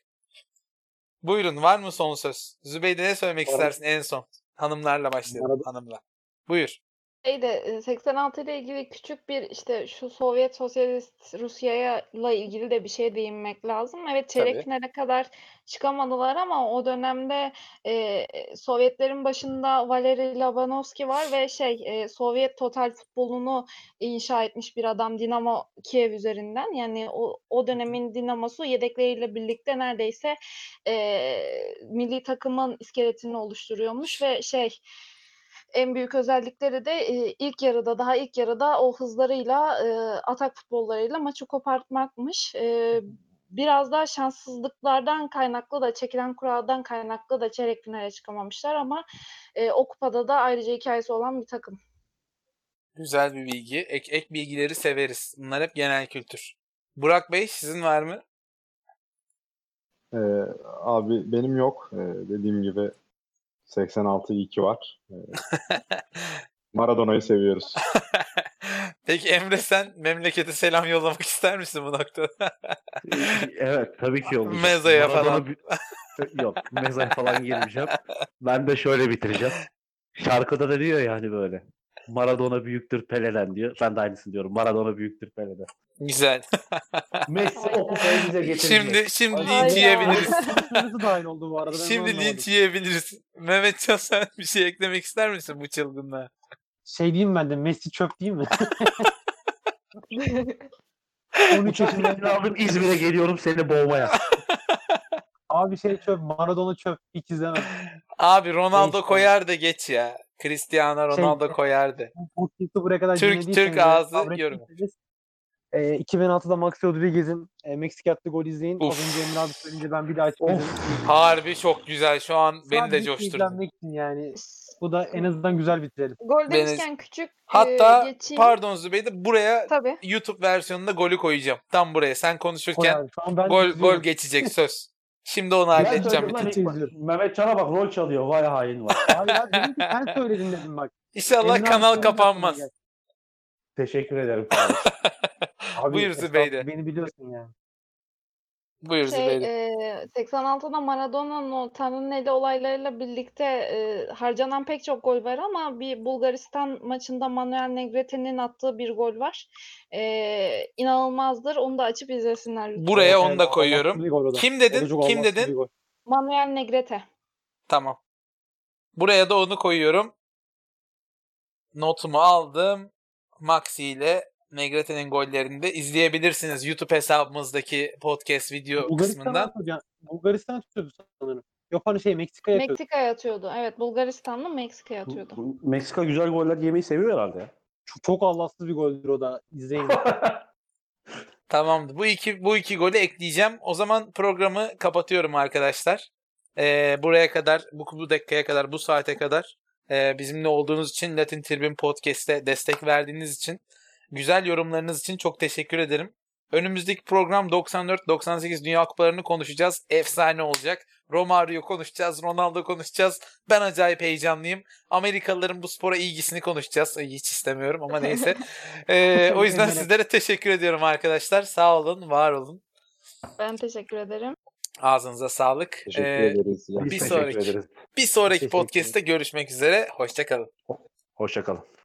Buyurun var mı son söz? Zübeyde ne söylemek Var. istersin en son? Hanımlarla başlayalım. Arada- Hanımla. Buyur. Şeyde e, seksen altı ile ilgili küçük bir işte şu Sovyet Sosyalist Rusya'yla ilgili de bir şey değinmek lazım. Evet çeyrek Tabii. finale kadar çıkamadılar ama o dönemde e, Sovyetlerin başında Valeri Lobanovski var ve şey e, Sovyet total futbolunu inşa etmiş bir adam Dinamo Kiev üzerinden. Yani o, o dönemin Dinamosu yedekleriyle birlikte neredeyse e, milli takımın iskeletini oluşturuyormuş ve şey en büyük özellikleri de e, ilk yarıda daha ilk yarıda o hızlarıyla e, atak futbollarıyla maçı kopartmakmış. E, biraz daha şanssızlıklardan kaynaklı da çekilen kuraldan kaynaklı da çeyrek finale çıkamamışlar ama e, o kupada da ayrıca hikayesi olan bir takım. Güzel bir bilgi. Ek, ek bilgileri severiz. Bunlar hep genel kültür. Burak Bey sizin var mı? Ee, abi benim yok. Ee, dediğim gibi seksen altı iyi ki var. Ee, Maradona'yı seviyoruz. Peki Emre sen memlekete selam yollamak ister misin bu noktada? Evet tabii ki olacak. Mezaya Maradona falan. bir- Yok mezaya falan girmeyeceğim. Ben de şöyle bitireceğim. Şarkıda da diyor yani böyle. Maradona büyüktür Pele'den diyor. Ben de aynısını diyorum. Maradona büyüktür Pele'den. Güzel. Messi o kupayı bize getirecek. Şimdi şimdi Hayda. linç yiyebiliriz. Nasıl dahil oldu bu arada? Ben Şimdi anlamadım. linç yiyebiliriz. Mehmetcan sen bir şey eklemek ister misin bu çılgınlığa? Şey diyeyim ben de Messi çöp değil mi? on üç Uçak yaşında biletini aldım İzmir'e geliyorum seni boğmaya. abi şey çöp. Maradona çöp. Hiç izlemem. Abi Ronaldo Neyse. koyar da geç ya. Cristiano Ronaldo Şey- koyar da. Bu podcast'ı buraya kadar Türk- dinlediyseniz Türk ve ağzı sabrettiyseniz, E, iki bin altıda Maxi Rodriguez'in e, Meksika attığı gol izleyin. Uf. Az önce Emre abi söyleyince ben bir daha açıp Of. izledim. Harbi çok güzel. Şu an beni de Sadece coşturdu. izlenmek için yani. Bu da en azından güzel bitirelim. Gol Beni- demişken küçük e, Hatta geçeyim. pardon Zübeyde, buraya Tabii. YouTube versiyonunda golü koyacağım. Tam buraya. Sen Koy konuşurken abi. Şu an ben gol izliyorum. gol geçecek söz. Şimdi onu Ben halledeceğim. söyledim bir lan tek. ilk baş- Mehmet Can'a bak rol çalıyor. Vay hain var. Hayır abi dedim ki sen söyledin dedim bak. İnşallah Emre abi kanal söyledi aklıma kapanmaz. geldi. Teşekkür ederim kardeşim. Abi, Buyur estağfurullah, Zübeyde. beni biliyorsun yani. Buyur Şey, Zübeyde. e, seksen altıda Maradona'nın o Tanrı'nın eli olaylarıyla birlikte e, harcanan pek çok gol var ama bir Bulgaristan maçında Manuel Negrete'nin attığı bir gol var. E, inanılmazdır. Onu da açıp izlesinler lütfen. Buraya Evet, onu evet, da Allah'sız koyuyorum. bir gol o da. Kim O da dedin? çok Kim Allah'sız bir dedin? gol. Manuel Negrete. Tamam. Buraya da onu koyuyorum. Notumu aldım. Maxi ile Negrete'nin gollerini de izleyebilirsiniz YouTube hesabımızdaki podcast video Bulgaristan'a kısmından. atıyordu. Bulgaristan atıyordu sanırım. Yok hani şey Meksika'ya atıyordu. Meksika'ya atıyordu. Evet, Bulgaristan'la Meksika'ya atıyordu. Meksika güzel goller yemeyi seviyor herhalde ya. Çok, çok Allahsız bir goldür o da. İzleyin. Tamamdır. Bu iki bu iki golü ekleyeceğim. O zaman programı kapatıyorum arkadaşlar. Ee, buraya kadar, bu, bu dakikaya kadar, bu saate kadar e, bizimle olduğunuz için, Latin Tribune Podcast'e destek verdiğiniz için, güzel yorumlarınız için çok teşekkür ederim. Önümüzdeki program doksan dört doksan sekiz Dünya Kupalarını konuşacağız. Efsane olacak. Romario konuşacağız, Ronaldo konuşacağız. Ben acayip heyecanlıyım. Amerikalıların bu spora ilgisini konuşacağız. Ay, hiç istemiyorum ama neyse. Ee, o yüzden sizlere teşekkür ediyorum arkadaşlar. Sağ olun, var olun. Ben teşekkür ederim. Ağzınıza sağlık. Teşekkür Ee, ederiz. Ya. Bir Biz sonraki- teşekkür ederiz. bir sonraki Teşekkür ederim. podcast'te görüşmek üzere. Hoşça kalın. Hoşça kalın.